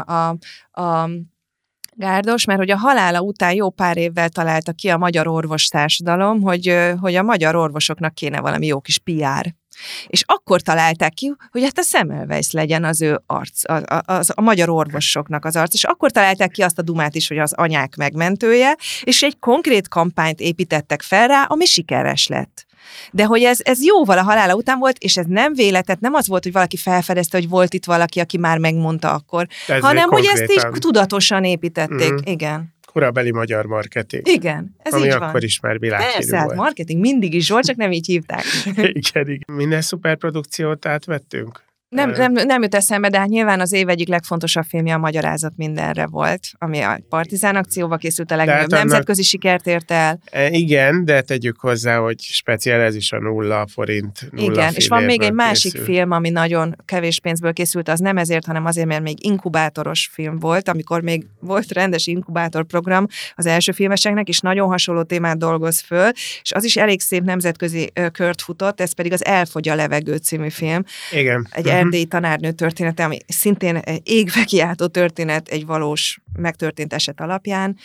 a Gárdos, mert hogy a halála után jó pár évvel találta ki a magyar orvostársadalom, hogy a magyar orvosoknak kéne valami jó kis PR. És akkor találták ki, hogy hát a Semmelweis legyen az ő arc, a magyar orvosoknak az arc, és akkor találták ki azt a dumát is, hogy az anyák megmentője, és egy konkrét kampányt építettek fel rá, ami sikeres lett. De hogy ez jóval a halála után volt, és ez nem véletlen, nem az volt, hogy valaki felfedezte, hogy volt itt valaki, aki már megmondta akkor, hanem hogy ezt is tudatosan építették. Igen. Korabeli magyar marketing. Igen, ez ami így akkor van. is már világhírű volt. Persze, marketing mindig is volt, csak nem így hívták. Igen. Minden szuperprodukciót átvettünk? Nem jut eszembe, de hát nyilván az év egyik legfontosabb filmje a Magyarázat mindenre volt, ami a Partizán akcióval készült, a legnagyobb nemzetközi sikert ért el. Igen, de tegyük hozzá, hogy speciál ez is a 0 forint, 0 igen, és van még egy másik készül. film, ami nagyon kevés pénzből készült, az nem ezért, hanem azért, mert még inkubátoros film volt, amikor még volt rendes inkubátorprogram az első filmeseknek, és nagyon hasonló témát dolgoz föl, és az is elég szép nemzetközi kört futott, ez pedig az Elfogy a levegő című film. Igen. Egy erdélyi tanárnő története, ami szintén égve kiáltó történet egy valós megtörtént eset alapján,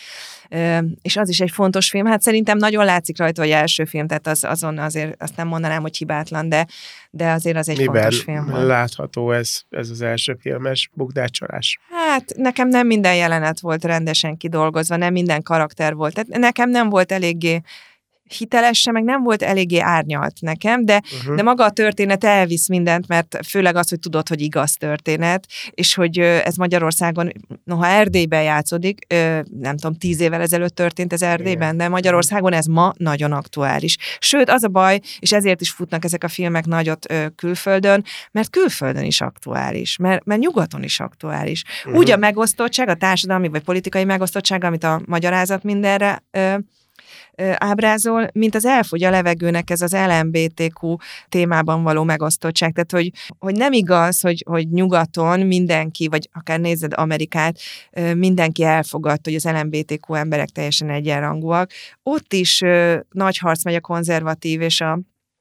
és az is egy fontos film. Hát szerintem nagyon látszik rajta, hogy első film, tehát azon azért azt nem mondanám, hogy hibátlan, de azért az egy fontos film. Miben látható ez az első filmes bukdácsolás? Hát nekem nem minden jelenet volt rendesen kidolgozva, nem minden karakter volt. Tehát nekem nem volt eléggé hiteles sem, meg nem volt eléggé árnyalt nekem, de maga a történet elvisz mindent, mert főleg az, hogy tudod, hogy igaz történet, és hogy ez Magyarországon, noha Erdélyben játszódik, nem tudom, 10 évvel ezelőtt történt ez Erdélyben, de Magyarországon ez ma nagyon aktuális. Sőt, az a baj, és ezért is futnak ezek a filmek nagyot külföldön, mert külföldön is aktuális, mert nyugaton is aktuális. Úgy a megosztottság, a társadalmi vagy politikai megosztottság, amit a Magyarázat mindenre ábrázol, mint az elfogy a levegőnek ez az LMBTQ témában való megosztottság. Tehát, hogy nem igaz, hogy nyugaton mindenki, vagy akár nézed Amerikát, mindenki elfogadta, hogy az LMBTQ emberek teljesen egyenrangúak. Ott is nagy harc megy a konzervatív és a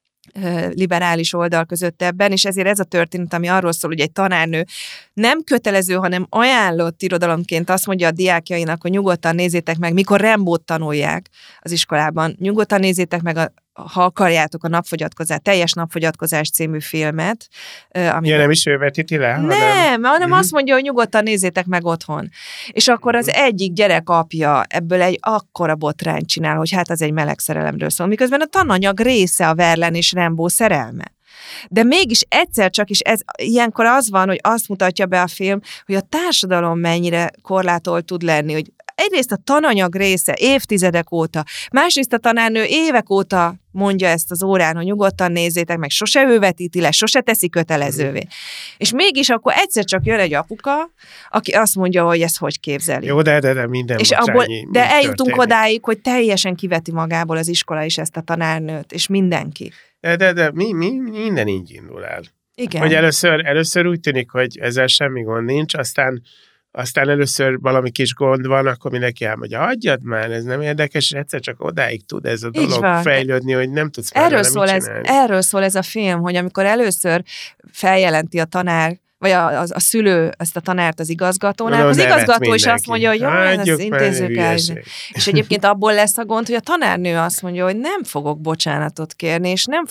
liberális oldal között ebben, és ezért ez a történet, ami arról szól, hogy egy tanárnő nem kötelező, hanem ajánlott irodalomként azt mondja a diákjainak, hogy nyugodtan nézzétek meg, mikor Rambót tanulják az iskolában, nyugodtan nézzétek meg ha akarjátok, a teljes napfogyatkozás című filmet. Nem is ő vetíti le? hanem azt mondja, hogy nyugodtan nézzétek meg otthon. És akkor az egyik gyerek apja ebből egy akkora botrányt csinál, hogy hát az egy meleg szerelemről szól, miközben a tananyag része a Verlaine és Rimbaud szerelme. De mégis egyszer csak is ilyenkor az van, hogy azt mutatja be a film, hogy a társadalom mennyire korlátolt tud lenni, hogy egyrészt a tananyag része évtizedek óta, másrészt a tanárnő évek óta mondja ezt az órán, hogy nyugodtan nézzétek meg, sose ő vetíti le, sose teszi kötelezővé. És mégis akkor egyszer csak jön egy apuka, aki azt mondja, hogy ezt hogy képzeli. Jó, de minden és de eljutunk odáig, hogy teljesen kiveti magából az iskola is ezt a tanárnőt, és mindenki. De minden így indul el. Igen. Hogy először úgy tűnik, hogy ezzel semmi gond nincs, aztán először valami kis gond van, akkor mindenki elmondja, hagyjad már, ez nem érdekes, és egyszer csak odáig tud ez a dolog fejlődni, hogy nem tudsz erről szól ez a film, hogy amikor először feljelenti a tanár, vagy a szülő ezt a tanárt az igazgatónál, az igazgató is azt mondja, hogy jaj, az intézők el. És egyébként abból lesz a gond, hogy a tanárnő azt mondja, hogy nem fogok bocsánatot kérni, és nem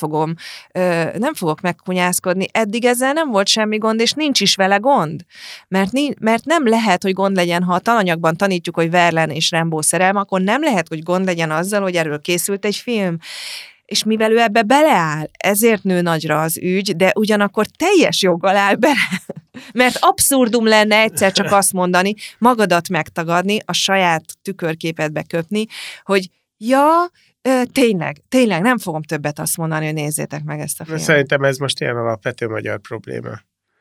fogok megkunyászkodni. Eddig ezzel nem volt semmi gond, és nincs is vele gond. Mert nem lehet, hogy gond legyen, ha a tananyagban tanítjuk, hogy Verlaine és Rimbaud szerelme, akkor nem lehet, hogy gond legyen azzal, hogy erről készült egy film. És mivel ő ebbe beleáll, ezért nő nagyra az ügy, de ugyanakkor teljes joggal áll bele. Mert abszurdum lenne egyszer csak azt mondani, magadat megtagadni, a saját tükörképedbe köpni, hogy tényleg nem fogom többet azt mondani, hogy nézzétek meg ezt a filmet. Szerintem ez most ilyen alapvető magyar probléma,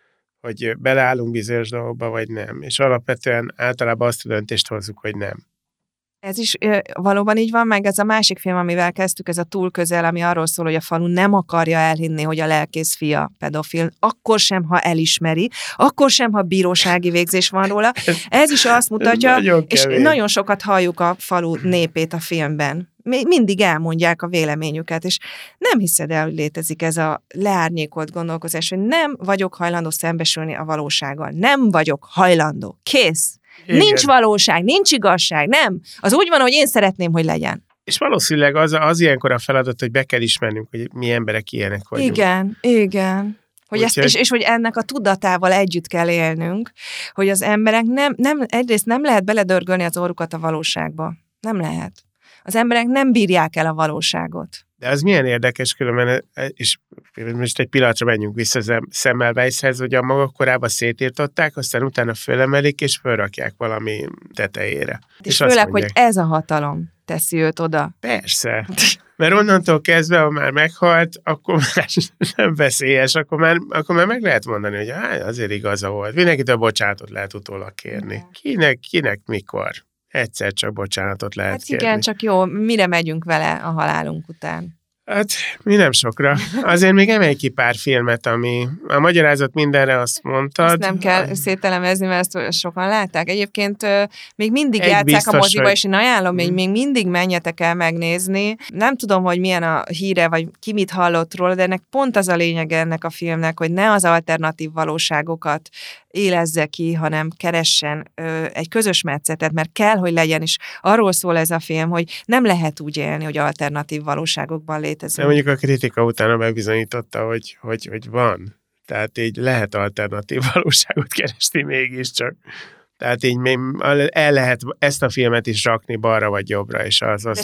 hogy beleállunk bizonyos dolgokba, vagy nem. És alapvetően általában azt a döntést hozzuk, hogy nem. Ez is valóban így van, meg ez a másik film, amivel kezdtük, ez a Túl közel, ami arról szól, hogy a falu nem akarja elhinni, hogy a lelkész fia pedofil, akkor sem, ha elismeri, akkor sem, ha bírósági végzés van róla. Ez is azt mutatja, és nagyon sokat halljuk a falu népét a filmben. Mindig elmondják a véleményüket, és nem hiszed el, hogy létezik ez a leárnyékolt gondolkozás, hogy nem vagyok hajlandó szembesülni a valósággal. Nem vagyok hajlandó. Kész. Igen. Nincs valóság, nincs igazság, nem. Az úgy van, hogy én szeretném, hogy legyen. És valószínűleg az ilyenkor a feladat, hogy be kell ismernünk, hogy mi emberek ilyenek vagyunk. Igen. Hogy és hogy ennek a tudatával együtt kell élnünk, hogy az emberek egyrészt nem lehet beledörgölni az orrukat a valóságba. Nem lehet. Az emberek nem bírják el a valóságot. De az milyen érdekes különben, és most egy pillanatra menjünk vissza Semmelweishez, hogy a maga korában szétírtották, aztán utána fölemelik, és fölrakják valami tetejére. És főleg, hogy ez a hatalom teszi őt oda. Persze. Mert onnantól kezdve, ha már meghalt, akkor már nem veszélyes, akkor már meg lehet mondani, hogy azért igaza volt. Mindenkitől bocsánatot lehet utólag kérni. Kinek mikor? Egyszer csak bocsánatot lehet kérni. Igen, csak jó, mire megyünk vele a halálunk után? Hát, mi nem sokra. Azért még emelj ki pár filmet, ami a magyarázat mindenre azt mondtad. Azt nem kell szételemezni, mert ezt sokan látták. Egyébként még mindig játsszák a moziba, és én ajánlom, hogy még mindig menjetek el megnézni. Nem tudom, hogy milyen a híre, vagy ki mit hallott róla, de ennek pont az a lényeg ennek a filmnek, hogy ne az alternatív valóságokat élezze ki, hanem keressen egy közös metszetet, mert kell, hogy legyen, és arról szól ez a film, hogy nem lehet úgy élni, hogy alternatív valóságokban létezünk. De mondjuk a kritika utána megbizonyította, hogy van. Tehát így lehet alternatív valóságot keresni mégiscsak. Tehát így el lehet ezt a filmet is rakni balra vagy jobbra, és az de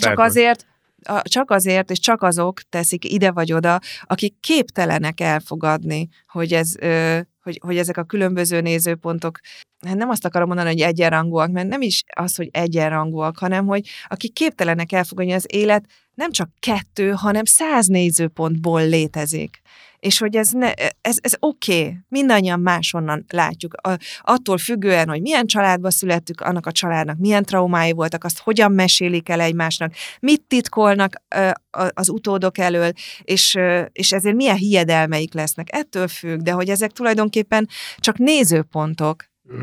csak azért, és csak azok teszik ide vagy oda, akik képtelenek elfogadni, hogy hogy ezek a különböző nézőpontok, hát nem azt akarom mondani, hogy egyenrangúak, mert nem is az, hogy egyenrangúak, hanem hogy akik képtelenek elfogadni, az élet nem csak 2, hanem 100 nézőpontból létezik. és hogy ez oké. Mindannyian máshonnan látjuk. Attól függően, hogy milyen családba születtük, annak a családnak milyen traumái voltak, azt hogyan mesélik el egymásnak, mit titkolnak az utódok elől, és ezért milyen hiedelmeik lesznek. Ettől függ, de hogy ezek tulajdonképpen csak nézőpontok.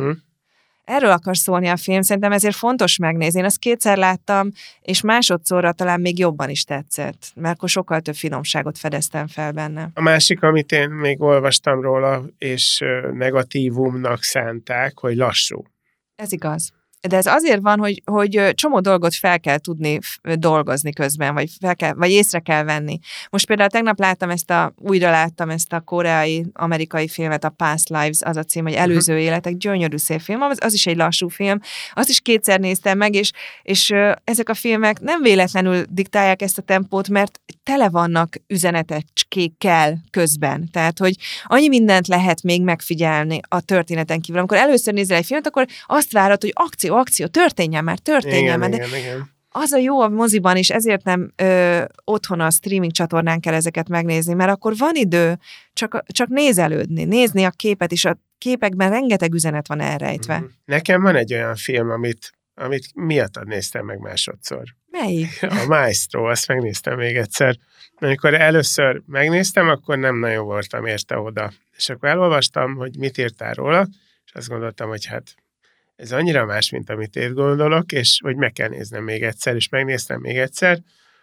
Erről akar szólni a film, szerintem ezért fontos megnézni. Én azt 2-szer láttam, és másodszorra talán még jobban is tetszett, mert akkor sokkal több finomságot fedeztem fel benne. A másik, amit én még olvastam róla, és negatívumnak szánták, hogy lassú. Ez igaz. De ez azért van, hogy csomó dolgot fel kell tudni dolgozni közben, vagy észre kell venni. Most például tegnap újra láttam ezt a koreai-amerikai filmet, a Past Lives, az a cím, hogy Előző életek, gyönyörű szép film, az is egy lassú film. Azt is 2-szer néztem meg, és ezek a filmek nem véletlenül diktálják ezt a tempót, mert tele vannak üzenetecskékkel közben. Tehát, hogy annyi mindent lehet még megfigyelni a történeten kívül. Amikor először nézel egy filmet, akkor azt várod, hogy akció, történjen már. Igen. Az a jó a moziban is, ezért nem otthon a streaming csatornán kell ezeket megnézni, mert akkor van idő csak nézni a képet, és a képekben rengeteg üzenet van elrejtve. Nekem van egy olyan film, amit miattad néztem meg másodszor. Melyik? A Maestro, azt megnéztem még egyszer. Amikor először megnéztem, akkor nem nagyon voltam érte oda. És akkor elolvastam, hogy mit írtál róla, és azt gondoltam, hogy hát ez annyira más, mint amit én gondolok, és hogy meg kell néznem még egyszer, és megnéztem még egyszer,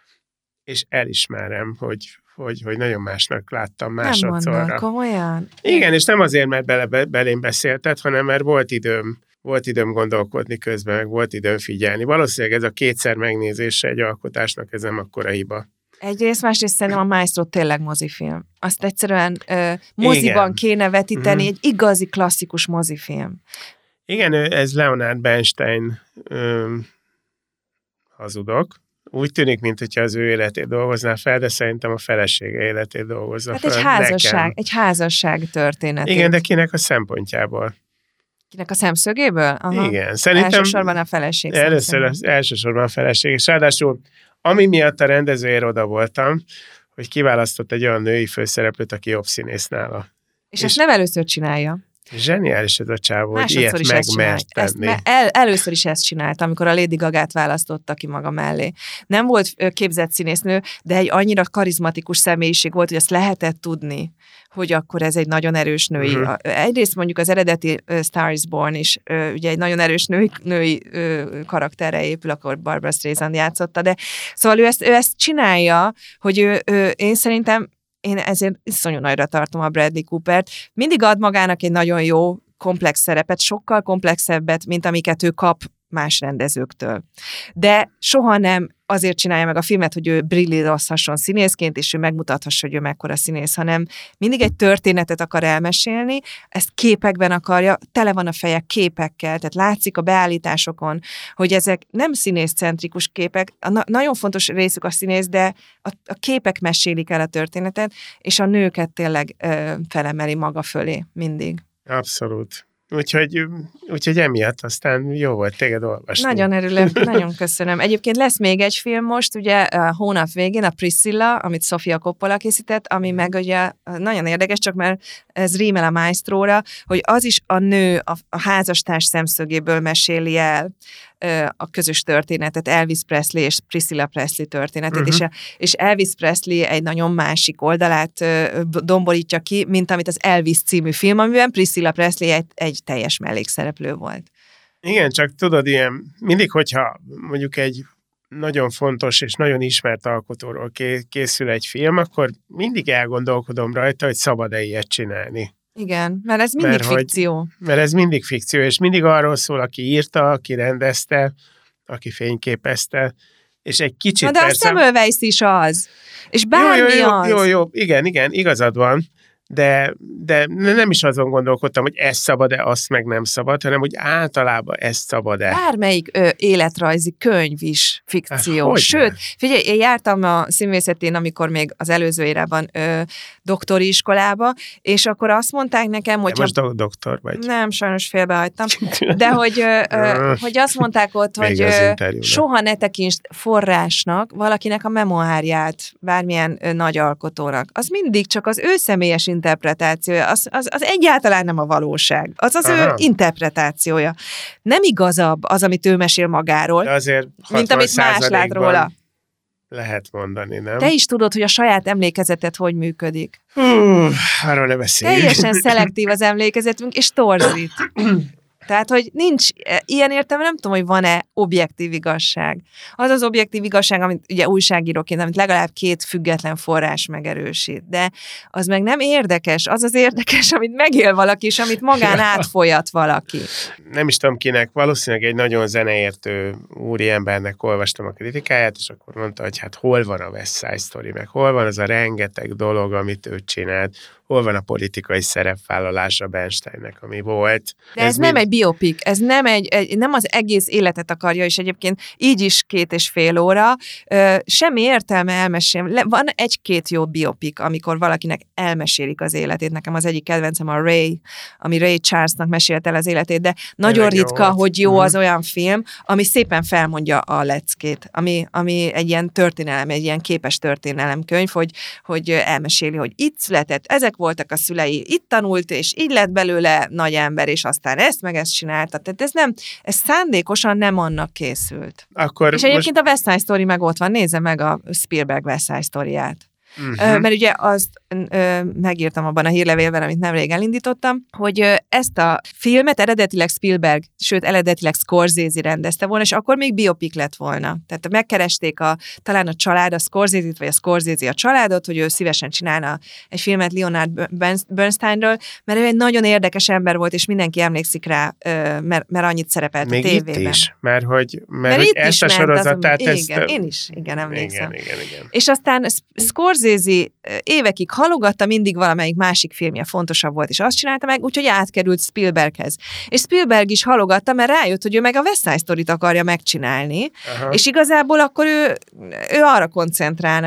és elismerem, hogy nagyon másnak láttam másodszorra. Nem mondom, komolyan? Igen, és nem azért, mert belém beszélted, hanem mert volt időm gondolkodni közben, meg volt időm figyelni. Valószínűleg ez a 2-szer megnézése egy alkotásnak, ez nem akkora hiba. Egyrészt, másrészt szerintem a Maestro tényleg mozifilm. Azt egyszerűen moziban kéne vetíteni, egy igazi klasszikus mozifilm. Igen, ez Leonard Bernstein hazudok. Úgy tűnik, mintha az ő életét dolgozná fel, de szerintem a felesége életét dolgozza fel. Egy házasság történet. Igen, de kinek a szempontjából? Kinek a szemszögéből? Aha. Igen, szerintem elsősorban a feleség. Elsősorban a feleség. És ráadásul, ami miatt a rendezőért oda voltam, hogy kiválasztott egy olyan női főszereplőt, aki jobb színész nála. És ezt nem először csinálja. Zseniális ez a csávó, hogy ilyet megmert tenni. Először is ezt csinálta, amikor a Lady Gagát választotta ki maga mellé. Nem volt képzett színésznő, de egy annyira karizmatikus személyiség volt, hogy azt lehetett tudni, hogy akkor ez egy nagyon erős női. Egyrészt mondjuk az eredeti Star is Born is ugye egy nagyon erős női karakterre épül, akkor Barbara Streisand játszotta, de szóval ő ezt csinálja, hogy én szerintem én ezért iszonyú nagyra tartom a Bradley Coopert. Mindig ad magának egy nagyon jó, komplex szerepet, sokkal komplexebbet, mint amiket ő kap más rendezőktől. De soha nem azért csinálja meg a filmet, hogy ő brillírozhasson színészként, és ő megmutathassa, hogy ő mekkora színész, hanem mindig egy történetet akar elmesélni, ezt képekben akarja, tele van a feje képekkel, tehát látszik a beállításokon, hogy ezek nem színészcentrikus képek, nagyon fontos részük a színész, de a képek mesélik el a történetet, és a nőket tényleg felemeli maga fölé mindig. Abszolút. Úgyhogy emiatt aztán jó volt téged olvasni. Nagyon örülök, nagyon köszönöm. Egyébként lesz még egy film most, ugye a hónap végén, a Priscilla, amit Sofia Coppola készített, ami meg ugye nagyon érdekes, csak mert ez rímel a Maestróra, hogy az is a nő a házastárs szemszögéből meséli el a közös történetet, Elvis Presley és Priscilla Presley történetét, és Elvis Presley egy nagyon másik oldalát domborítja ki, mint amit az Elvis című film, amiben Priscilla Presley egy teljes mellékszereplő volt. Igen, csak tudod, mindig, hogyha mondjuk egy nagyon fontos és nagyon ismert alkotóról készül egy film, akkor mindig elgondolkodom rajta, hogy szabad-e ilyet csinálni. Igen, mert ez mindig fikció. Mert ez mindig fikció, és mindig arról szól, aki írta, aki rendezte, aki fényképezte, és egy kicsit de persze... a Semmelweis is az, és bármi az. Jó, igen, igazad van, de nem is azon gondolkodtam, hogy ez szabad-e, azt meg nem szabad, hanem hogy általában ez szabad-e. Bármelyik életrajzi könyv is fikció. Sőt, figyelj, én jártam a színművészetén, amikor még az előző érában doktori iskolába, és akkor azt mondták nekem, hogy... Most doktor vagy. Nem, sajnos félbehagytam. De hogy azt mondták ott, hogy soha ne tekints forrásnak valakinek a memoárját, bármilyen nagy alkotónak. Az mindig csak az ő személyes interpretációja, az egyáltalán nem a valóság. Az ő interpretációja. Nem igazabb az, amit ő mesél magáról, de azért mint amit más lát róla. Lehet mondani, nem? Te is tudod, hogy a saját emlékezeted hogy működik. Arról ne beszéljünk. Teljesen szelektív az emlékezetünk, és torzít. Tehát, hogy nincs, ilyen értelme nem tudom, hogy van-e objektív igazság. Az az objektív igazság, amit ugye újságíróként, amit legalább 2 független forrás megerősít. De az meg nem érdekes. Az az érdekes, amit megél valaki, és amit magán átfolyat valaki. Nem is tudom kinek, valószínűleg egy nagyon zeneértő úri embernek olvastam a kritikáját, és akkor mondta, hogy hát hol van a West Side Story, meg hol van az a rengeteg dolog, amit ő csinált, hol van a politikai szerepvállalása Bernsteinnek, ami volt. De ez nem egy biopik, ez nem az egész életet akarja, és egyébként így is 2,5 óra, semmi értelme elmesélni. Van 1-2 jó biopik, amikor valakinek elmesélik az életét. Nekem az egyik kedvencem a Ray, ami Ray Charlesnak mesélt el az életét, de nagyon ritka, hogy jó az olyan film, ami szépen felmondja a leckét, ami egy ilyen történelem, egy ilyen képes történelemkönyv, hogy elmeséli, hogy itt született, ezek voltak a szülei, itt tanult, és így lett belőle nagy ember, és aztán ezt meg ezt csinálta. Tehát ez szándékosan nem annak készült. És egyébként a West Side Story meg ott van, nézze meg a Spielberg West Side Storyját. Mert ugye azt megírtam abban a hírlevélben, amit nemrég elindítottam, hogy ezt a filmet eredetileg Spielberg, sőt eredetileg Scorsese rendezte volna, és akkor még biopik lett volna. Tehát megkeresték talán a család, a Scorsese-t, vagy a Scorsese a családot, hogy ő szívesen csinálna egy filmet Leonard Bernsteinről, mert ő egy nagyon érdekes ember volt, és mindenki emlékszik rá, mert annyit szerepelt még a tévében. Még itt is, mert hogy ezt a sorozatát... Én is emlékszem. Igen. És aztán Scorsese évekig halogatta, mindig valamelyik másik filmje fontosabb volt, és azt csinálta meg, úgyhogy átkerült Spielberghez. És Spielberg is halogatta, mert rájött, hogy ő meg a West Side Storyt akarja megcsinálni, és igazából akkor ő arra koncentrálna,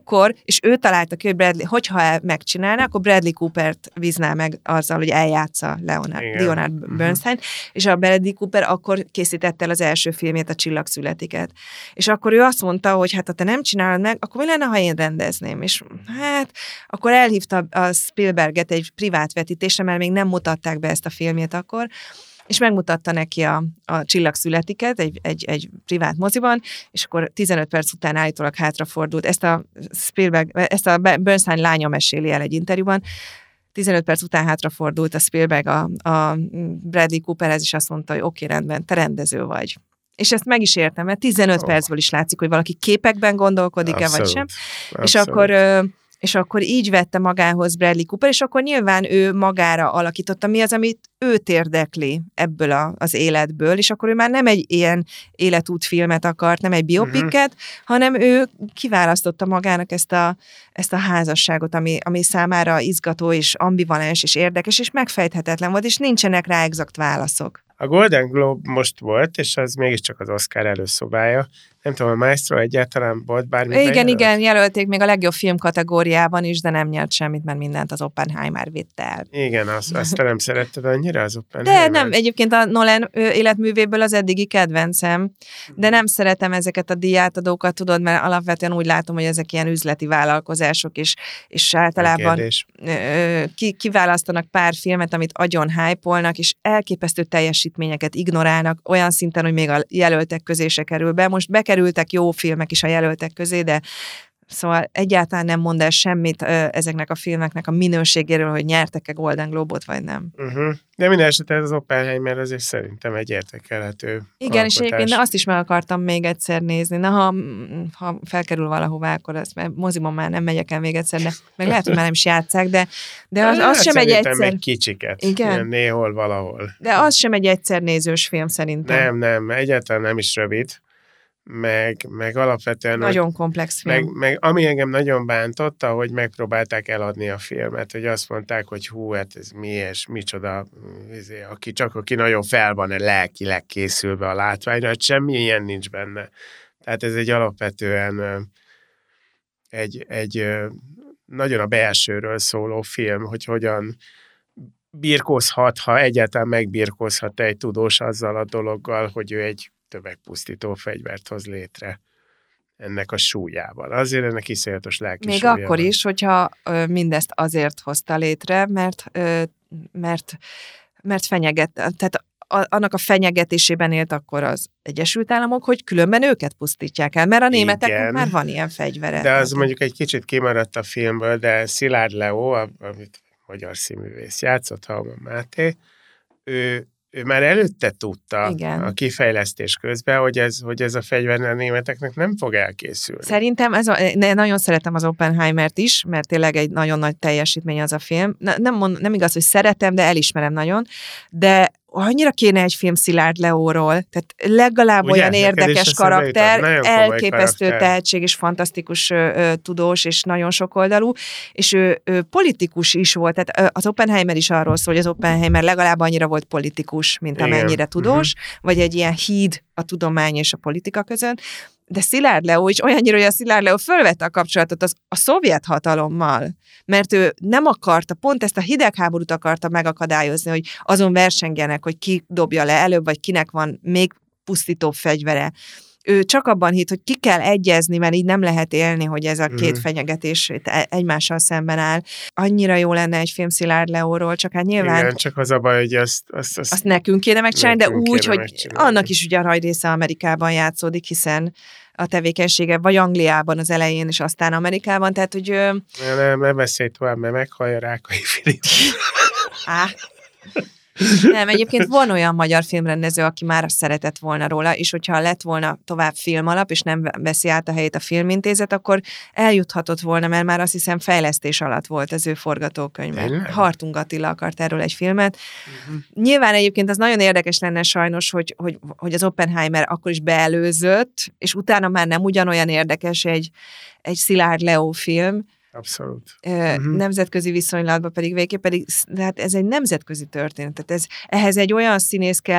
és ő találta ki, hogy hogyha megcsinálná, akkor Bradley Coopert bízná meg azzal, hogy eljátsza Leonard Bernstein, és a Bradley Cooper akkor készítette el az első filmét, a Csillag születiket. És akkor ő azt mondta, hogy hát ha te nem csinálod meg, akkor mi lenne, ha én rendezném? És hát akkor elhívta a Spielberget egy privát vetítésre, mert még nem mutatták be ezt a filmjét akkor, és megmutatta neki a Csillag születiket egy privát moziban, és akkor 15 perc után állítólag hátrafordult. Ezt a Bernstein lánya meséli el egy interjúban. 15 perc után hátrafordult a Spielberg a Bradley Cooperhez, és azt mondta, hogy oké, rendben, te rendező vagy. És ezt meg is értem, mert 15 percből is látszik, hogy valaki képekben gondolkodik-e, vagy sem. És akkor így vette magához Bradley Cooper, és akkor nyilván ő magára alakította, mi az, amit őt érdekli ebből az életből, és akkor ő már nem egy ilyen életútfilmet akart, nem egy biopiket, hanem ő kiválasztotta magának ezt a házasságot, ami számára izgató, és ambivalens, és érdekes, és megfejthetetlen volt, és nincsenek rá exakt válaszok. A Golden Globe most volt, és az mégiscsak az Oscar előszobája. Nem tudom, a Maestro egyáltalán volt bármi? Igen, jelölték még a legjobb film kategóriában is, de nem nyert semmit, mert mindent az Oppenheimer vitte el. Igen, azt te nem szeretted annyira az Oppenheimer? De nem, egyébként a Nolan életművéből az eddigi kedvencem, de nem szeretem ezeket a díjátadókat, tudod, mert alapvetően úgy látom, hogy ezek ilyen üzleti vállalkozások, és általában kiválasztanak pár filmet, amit agyon hype-olnak, és elképesztő teljesítményeket ignorálnak, olyan szinten, hogy még a jelöltek közé se kerül be. Most bekerültek jó filmek is a jelöltek közé, de szóval egyáltalán nem mond el semmit ezeknek a filmeknek a minőségéről, hogy nyertek-e Golden Globe-ot, vagy nem. De minden esetre az Oppenheimer azért szerintem egy értékelhető igen, alkotás. És egyébként azt is meg akartam még egyszer nézni. Na, ha felkerül valahová, akkor azt, mert moziban már nem megyek el még egyszer, de meg lehet, hogy már nem is játsszák, de az sem egy egyszer... egy kicsiket. Igen? Néhol, valahol. De az sem egy egyszer nézős film szerintem. Nem, egyáltalán nem is rövid. meg alapvetően... Nagyon komplex film. Meg ami engem nagyon bántotta, hogy megpróbálták eladni a filmet, hogy azt mondták, hogy hú, hát ez micsoda, aki nagyon fel van lelkileg készülve a látványra, hát semmi ilyen nincs benne. Tehát ez egy alapvetően egy nagyon a belsőről szóló film, hogy hogyan birkózhat, ha egyáltalán megbirkózhat egy tudós azzal a dologgal, hogy ő egy tömegpusztító fegyvert hoz létre ennek a súlyával. Azért ennek iszonyatos lelki még súlya akkor van. is, hogyha mindezt azért hozta létre, mert fenyeget, tehát annak a fenyegetésében élt akkor az Egyesült Államok, hogy különben őket pusztítják el, mert a németeknek már van ilyen fegyvere. De az mondjuk egy kicsit kimaradt a filmből, de Szilárd Leó, amit magyar színművész játszott, Hauman Máté, ő már előtte tudta a kifejlesztés közben, hogy ez a fegyver a németeknek nem fog elkészülni. Szerintem nagyon szeretem az Oppenheimert is, mert tényleg egy nagyon nagy teljesítmény az a film. Nem igaz, hogy szeretem, de elismerem nagyon, de annyira kéne egy film Szilárd Leóról, tehát legalább ugye, olyan érdekes karakter, elképesztő tehetség és fantasztikus tudós és nagyon sokoldalú, és ő politikus is volt, tehát az Oppenheimer is arról szól, hogy az Oppenheimer legalább annyira volt politikus, mint amennyire tudós, vagy egy ilyen híd a tudomány és a politika között, de Szilárd Leó is olyannyira, hogy a Szilárd Leó fölvette a kapcsolatot a szovjet hatalommal, mert ő nem akarta, pont ezt a hidegháborút akarta megakadályozni, hogy azon versengjenek, hogy ki dobja le előbb, vagy kinek van még pusztító fegyvere. Ő csak abban hitt, hogy ki kell egyezni, mert így nem lehet élni, hogy ez a két fenyegetés egymással szemben áll. Annyira jó lenne egy film Szilárd Leóról, csak hát nyilván... Igen, csak az a baj, hogy azt nekünk kéne megcsinálni, de úgy, hogy annak is ugye a nagy része Amerikában játszódik, hiszen a tevékenysége vagy Angliában az elején, és aztán Amerikában, tehát, hogy... Nem beszélj tovább, mert meghallja Rákai Filip. Nem, egyébként van olyan magyar filmrendező, aki már szeretett volna róla, és hogyha lett volna tovább filmalap, és nem veszi át a helyét a Filmintézet, akkor eljuthatott volna, mert már azt hiszem fejlesztés alatt volt az ő forgatókönyve. Hartung Attila akart erről egy filmet. Nyilván egyébként az nagyon érdekes lenne sajnos, hogy az Oppenheimer akkor is beelőzött, és utána már nem ugyanolyan érdekes egy Szilárd Leó film. Abszolút. Nemzetközi viszonylatban pedig de hát ez egy nemzetközi történet. Tehát ehhez egy olyan színész kell,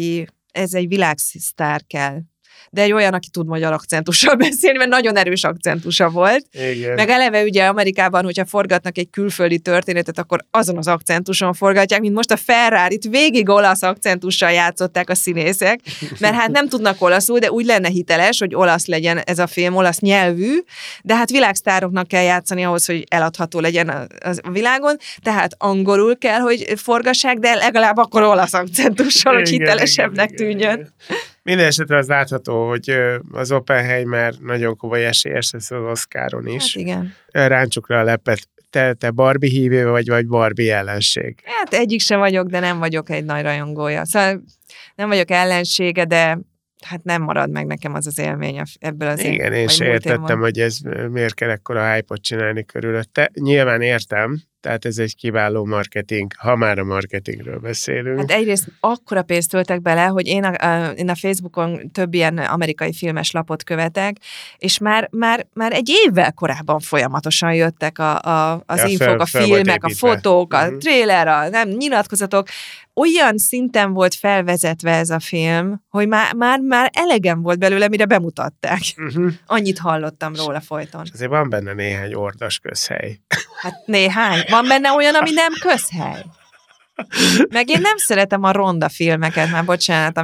ez egy világsztár kell. De egy olyan, aki tud magyar akcentussal beszélni, mert nagyon erős akcentusa volt. Igen. Meg eleve ugye Amerikában, hogyha forgatnak egy külföldi történetet, akkor azon az akcentuson forgatják, mint most a Ferrarit, végig olasz akcentussal játszották a színészek, mert hát nem tudnak olaszul, de úgy lenne hiteles, hogy olasz legyen ez a film, olasz nyelvű, de hát világsztároknak kell játszani ahhoz, hogy eladható legyen a világon, tehát angolul kell, hogy forgassák, de legalább akkor olasz akcentussal, hogy hitelesebbnek tűnjön. Minden esetre az látható, hogy az Oppenheimer nagyon komoly esélyes lesz az Oscaron is. Hát igen. Ráncsuk rá a lepet. Te Barbie hívő vagy Barbie ellenség? Hát egyik sem vagyok, de nem vagyok egy nagy rajongója. Szóval nem vagyok ellensége, de hát nem marad meg nekem az élmény ebből az Igen, én sem értettem, hogy ez miért kell ekkora hype-ot csinálni körülötte. Nyilván értem, tehát ez egy kiváló marketing, ha már a marketingről beszélünk. Hát egyrészt akkora pénzt töltek bele, hogy én a Facebookon több ilyen amerikai filmes lapot követek, és már egy évvel korábban folyamatosan jöttek az infók, a filmek, a fotók, a trailer, a nyilatkozatok. Olyan szinten volt felvezetve ez a film, hogy már elegem volt belőle, mire bemutatták. Annyit hallottam róla folyton. És azért van benne néhány ordas közhely. Hát néhány. Van benne olyan, ami nem közhely. Meg én nem szeretem a ronda filmeket, már bocsánat,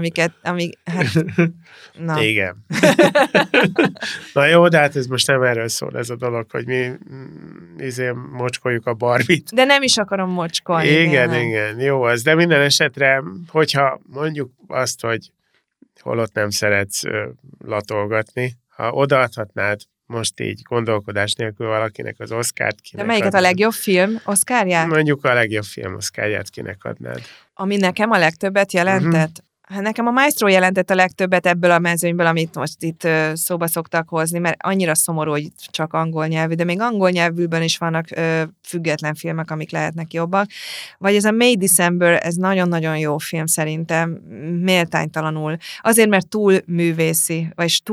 na. Igen. Na jó, de hát ez most nem erről szól ez a dolog, hogy mi mocskoljuk a Barbie-t. De nem is akarom mocskolni. Igen, jó az, de minden esetre, hogyha mondjuk azt, hogy holott nem szeretsz latolgatni, ha odaadhatnád most így gondolkodás nélkül valakinek az Oscart, kinek de melyiket a legjobb film Oscarját? Mondjuk a legjobb film Oscarját kinek adnád. Ami nekem a legtöbbet jelentett? Nekem a Maestro jelentett a legtöbbet ebből a mezőnyből, amit most itt szóba szoktak hozni, mert annyira szomorú, hogy csak angol nyelvű, de még angol nyelvűben is vannak független filmek, amik lehetnek jobbak. Vagy ez a May December, ez nagyon-nagyon jó film szerintem, méltánytalanul. Azért, mert túl művészi, vagy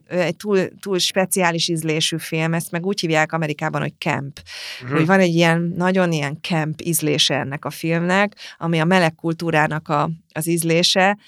túl speciális ízlésű film, ezt meg úgy hívják Amerikában, hogy camp. Hogy van egy ilyen, nagyon ilyen camp ízlése ennek a filmnek, ami a meleg kultúrának az ízlése.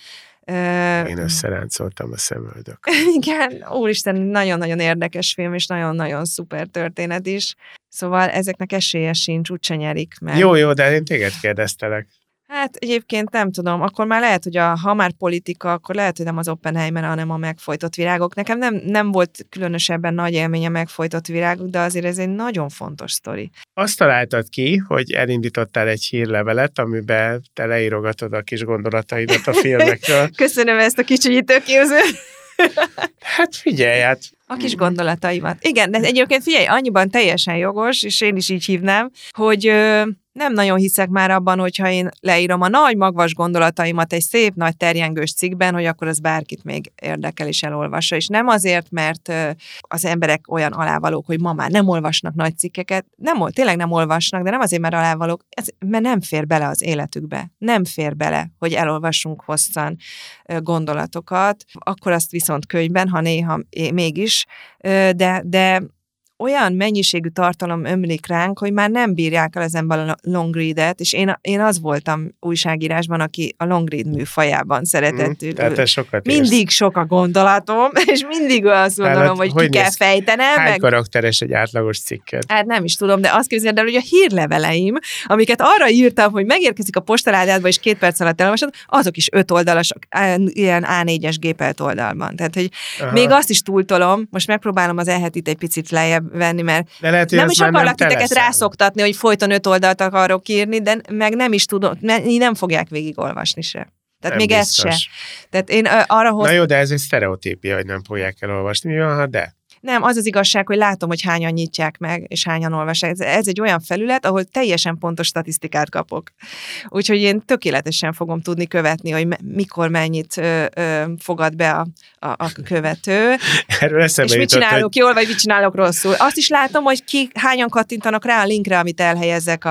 Én összeráncoltam a szemöldök. Igen, úristen, nagyon-nagyon érdekes film, és nagyon-nagyon szuper történet is. Szóval ezeknek esélye sincs, úgyse nyerik meg. Jó, de én téged kérdeztelek. Hát egyébként nem tudom, akkor már lehet, hogy ha már politika, akkor lehet, hogy nem az Oppenheimer, hanem a Megfojtott virágok. Nekem nem volt különösebben nagy élmény a Megfojtott virágok, de azért ez egy nagyon fontos sztori. Azt találtad ki, hogy elindítottál egy hírlevelet, amiben te leírogatod a kis gondolataidat a filmekről. Köszönöm ezt a kicsinyítőképző. Hát figyelj, a kis gondolataimat. Igen, de egyébként figyelj, annyiban teljesen jogos, és én is így hívnám, hogy nem nagyon hiszek már abban, hogyha én leírom a nagy magvas gondolataimat egy szép nagy terjengős cikkben, hogy akkor az bárkit még érdekel és elolvassa. És nem azért, mert az emberek olyan alávalók, hogy ma már nem olvasnak nagy cikkeket, tényleg nem olvasnak, de nem azért, mert alávalók, mert nem fér bele az életükbe. Nem fér bele, hogy elolvassunk hosszan gondolatokat, akkor azt viszont könyvben, ha néha mégis, de olyan mennyiségű tartalom ömlik ránk, hogy már nem bírják el az ember a long read-et, és én az voltam újságírásban, aki a long read műfajában szeretett. Tehát sokat mindig érsz. sok a gondolatom, és mindig azt gondolom, hogy ki kell fejtenem. Hány karakteres egy átlagos cikket? Hát nem is tudom, de azt képzeld el, hogy a hírleveleim, amiket arra írtam, hogy megérkezik a postaládádba, és 2 perc alatt elolvasod, azok is 5 oldalas, ilyen A4-es gépelt oldalban. Tehát, hogy még azt is túltolom, most megpróbálom az E-hetit egy picit lejjebb venni, mert lehet, nem is akarlak titeket rászoktatni, hogy folyton 5 oldalt akarok írni, de meg nem is tudom, nem fogják végigolvasni se. Tehát nem még biztos. ez se. Tehát én arra Na jó, de ez egy sztereotípia, hogy nem fogják elolvasni. Mi van, ha de? Nem, az az igazság, hogy látom, hogy hányan nyitják meg, és hányan olvassák. Ez egy olyan felület, ahol teljesen pontos statisztikát kapok. Úgyhogy én tökéletesen fogom tudni követni, hogy mikor mennyit fogad be a követő. Erről eszembe és mit csinálok jól, vagy mit csinálok rosszul. Azt is látom, hogy hányan kattintanak rá a linkre, amit elhelyezzek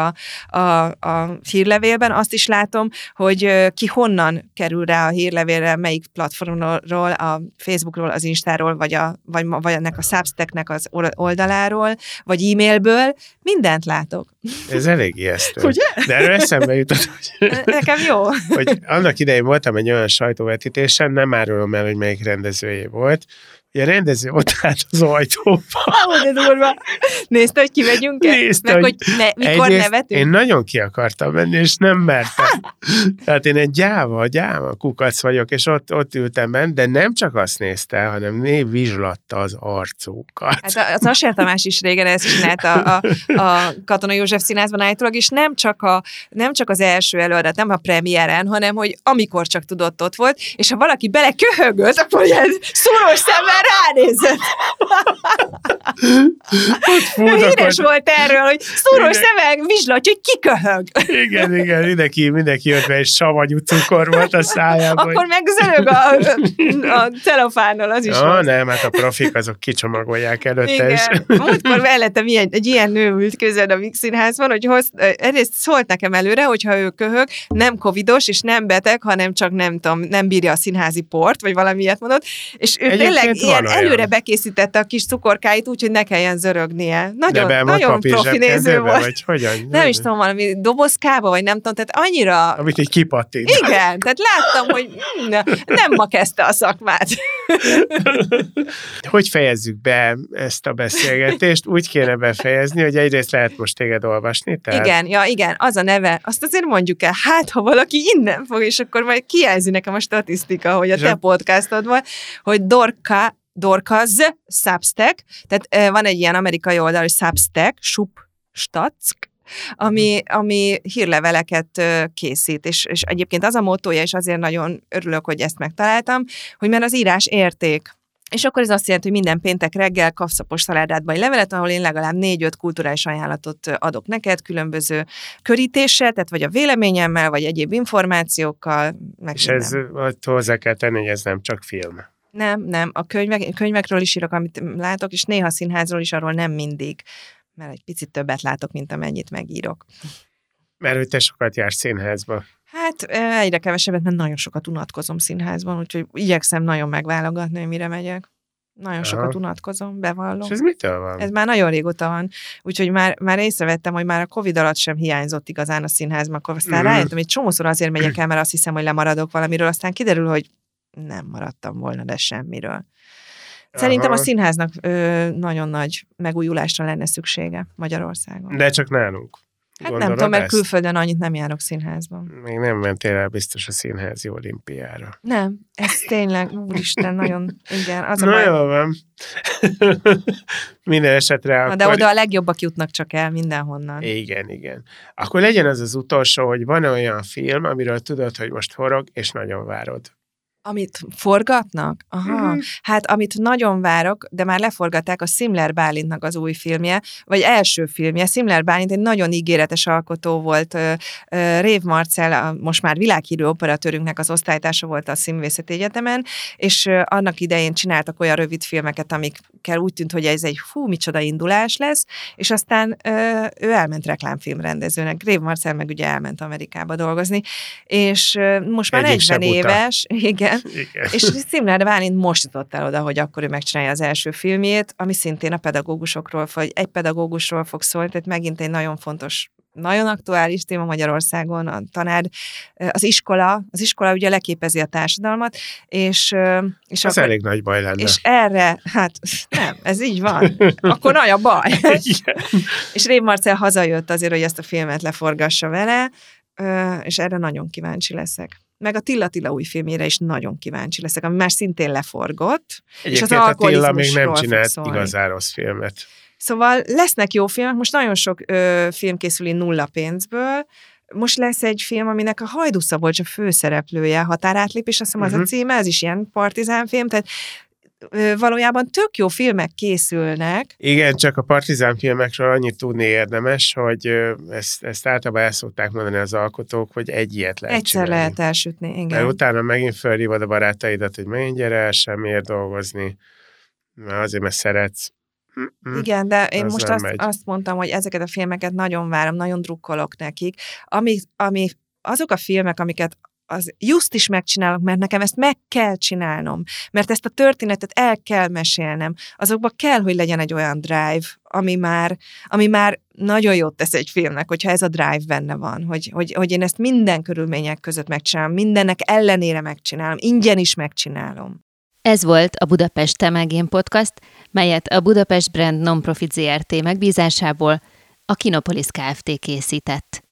a hírlevélben. Azt is látom, hogy ki honnan kerül rá a hírlevélre, melyik platformról, a Facebookról, az Instáról, vagy ennek a Substacknek az oldaláról, vagy e-mailből, mindent látok. Ez elég ijesztő. Ugye? De erről eszembe jutott, hogy... Nekem jó. Hogy annak idején voltam egy olyan sajtóvetítésen, nem árulom el, hogy melyik rendezőjé volt, hogy a rendező ott állt az ajtóban. De durva. Nézte, hogy kivegyünk-e? Nézte, meg, hogy mikor nevetünk? Én nagyon ki akartam menni, és nem mertem. Tehát én egy gyáva kukac vagyok, és ott ültem benne, de nem csak azt nézte, hanem vizslatta az arcunkat. Hát az Asser Tamás is régen ezt csinálta a Katona József Színházban állítólag, és nem csak az első előadat, nem a premiéren, hanem hogy amikor csak tudott, ott volt, és ha valaki beleköhögött, akkor ilyen szúrós szemmel ránézett. Híres volt erről, hogy szúrós szemmel vizslatja, hogy kiköhög. Igen, mindenki jött be, és savanyú cukor volt a szájában. Akkor meg zörög a celofánnal, az is volt. Nem, hát a profik azok kicsomagolják előtte. Igen. Múltkor mellettem egy ilyen nő ült közel a Víg Színházban, hogy egyrészt szólt nekem előre, hogyha ő köhög, nem covidos, és nem beteg, hanem csak nem bírja a színházi port, vagy valami ilyet mondott, és ő tényleg ilyen előre bekészítette a kis cukorkáit, úgyhogy ne kelljen zörögnie. Nagyon profi néző volt. Vagy hogyan? Nem is tudom, valami dobozkába, vagy nem tudom, tehát annyira... Amit így kipattint. Igen, tehát láttam, hogy nem ma kezdte a szakmát. Hogy fejezzük be ezt a beszélgetést? Úgy kéne befejezni, hogy egyrészt lehet most téged olvasni. Tehát... Igen, az a neve, azt azért mondjuk el, hát ha valaki innen fog, és akkor majd kijelzi nekem a statisztika, hogy a te podcastod van, hogy Dorkaz Substack, tehát van egy ilyen amerikai oldal, hogy Substack, Substack, ami hírleveleket készít, és egyébként az a mottója, és azért nagyon örülök, hogy ezt megtaláltam, hogy mert az írás érték. És akkor ez azt jelenti, hogy minden péntek reggel kapsz a postaládádba egy levelet, ahol én legalább 4-5 kulturális ajánlatot adok neked, különböző körítéssel, tehát vagy a véleményemmel, vagy egyéb információkkal. És ez hozzá kell tenni, hogy ez nem csak film. Nem. A könyvekről is írok, amit látok, és néha színházról is, arról nem mindig, mert egy picit többet látok, mint amennyit megírok. Mert hogy te sokat jársz színházba. Hát egyre kevesebbet, mert nagyon sokat unatkozom színházban, úgyhogy igyekszem nagyon megválogatni, hogy mire megyek. Nagyon sokat unatkozom, bevallom. És ez mitől van? Ez már nagyon régóta van, úgyhogy már észrevettem, hogy már a Covid alatt sem hiányzott igazán a színházban, akkor aztán rájöttem, hogy csomószor azért megyek el, mert azt hiszem, hogy lemaradok valamiről, aztán kiderül, hogy nem maradtam volna, de semmiről. Szerintem a színháznak nagyon nagy megújulásra lenne szüksége Magyarországon. De csak nálunk. Hát nem tudom, mert külföldön annyit nem járok színházban. Még nem mentél el biztos a színházi olimpiára. Nem, ez tényleg, úristen, nagyon, igen. Az na jól van. Minden esetre akkor... De oda a legjobbak jutnak csak el mindenhonnan. Igen. Akkor legyen az utolsó, hogy van olyan film, amiről tudod, hogy most forog, és nagyon várod. Amit forgatnak? Aha. Hát amit nagyon várok, de már leforgatták, a Szimler Bálintnak az új filmje, vagy első filmje. Szimler Bálint egy nagyon ígéretes alkotó volt. Rév Marcell, most már világhírű operatőrünknek az osztálytársa volt a Színművészeti Egyetemen, és annak idején csináltak olyan rövid filmeket, amikkel úgy tűnt, hogy ez egy micsoda indulás lesz, és aztán ő elment reklámfilmrendezőnek. Rév Marcell meg ugye elment Amerikába dolgozni, és most már 40 éves, igen, és Szimler Bálint most jutott el oda, hogy akkor ő megcsinálja az első filmjét, ami szintén a pedagógusokról, vagy egy pedagógusról fog szólni, tehát megint egy nagyon fontos, nagyon aktuális téma Magyarországon, a tanár, az iskola ugye leképezi a társadalmat, és az akkor, elég nagy baj lenne. És erre, hát nem, ez így van, akkor nagy a baj. És Rév Marcell hazajött azért, hogy ezt a filmet leforgassa vele, és erre nagyon kíváncsi leszek. Meg a Tilla új filmjére is nagyon kíváncsi leszek, ami már szintén leforgott. Egyébként és az a Tilla még nem csinált igazán rossz filmet. Szóval lesznek jó filmek, most nagyon sok film készül nulla pénzből. Most lesz egy film, aminek a Hajdú Szabolcs a főszereplője, Határátlépés, azt hiszem az a címe, ez is ilyen partizánfilm, tehát valójában tök jó filmek készülnek. Igen, csak a partizán filmekről annyit tudni érdemes, hogy ezt általában el szokták mondani az alkotók, hogy egy ilyet lehet egyszer csinálni. lehet elsütni, igen. Mert utána megint felhívod a barátaidat, hogy megint gyere el, semmiért dolgozni, mert azért, mert szeretsz. Igen, de én most azt mondtam, hogy ezeket a filmeket nagyon várom, nagyon drukkolok nekik. Ami azok a filmek, amiket just is megcsinálok, mert nekem ezt meg kell csinálnom, mert ezt a történetet el kell mesélnem. Azokban kell, hogy legyen egy olyan drive, ami már nagyon jót tesz egy filmnek, hogyha ez a drive benne van, hogy én ezt minden körülmények között megcsinálom, mindennek ellenére megcsinálom, ingyen is megcsinálom. Ez volt a Budapest Te meg én podcast, melyet a Budapest Brand Nonprofit Zrt. Megbízásából a Kinopolis Kft. Készített.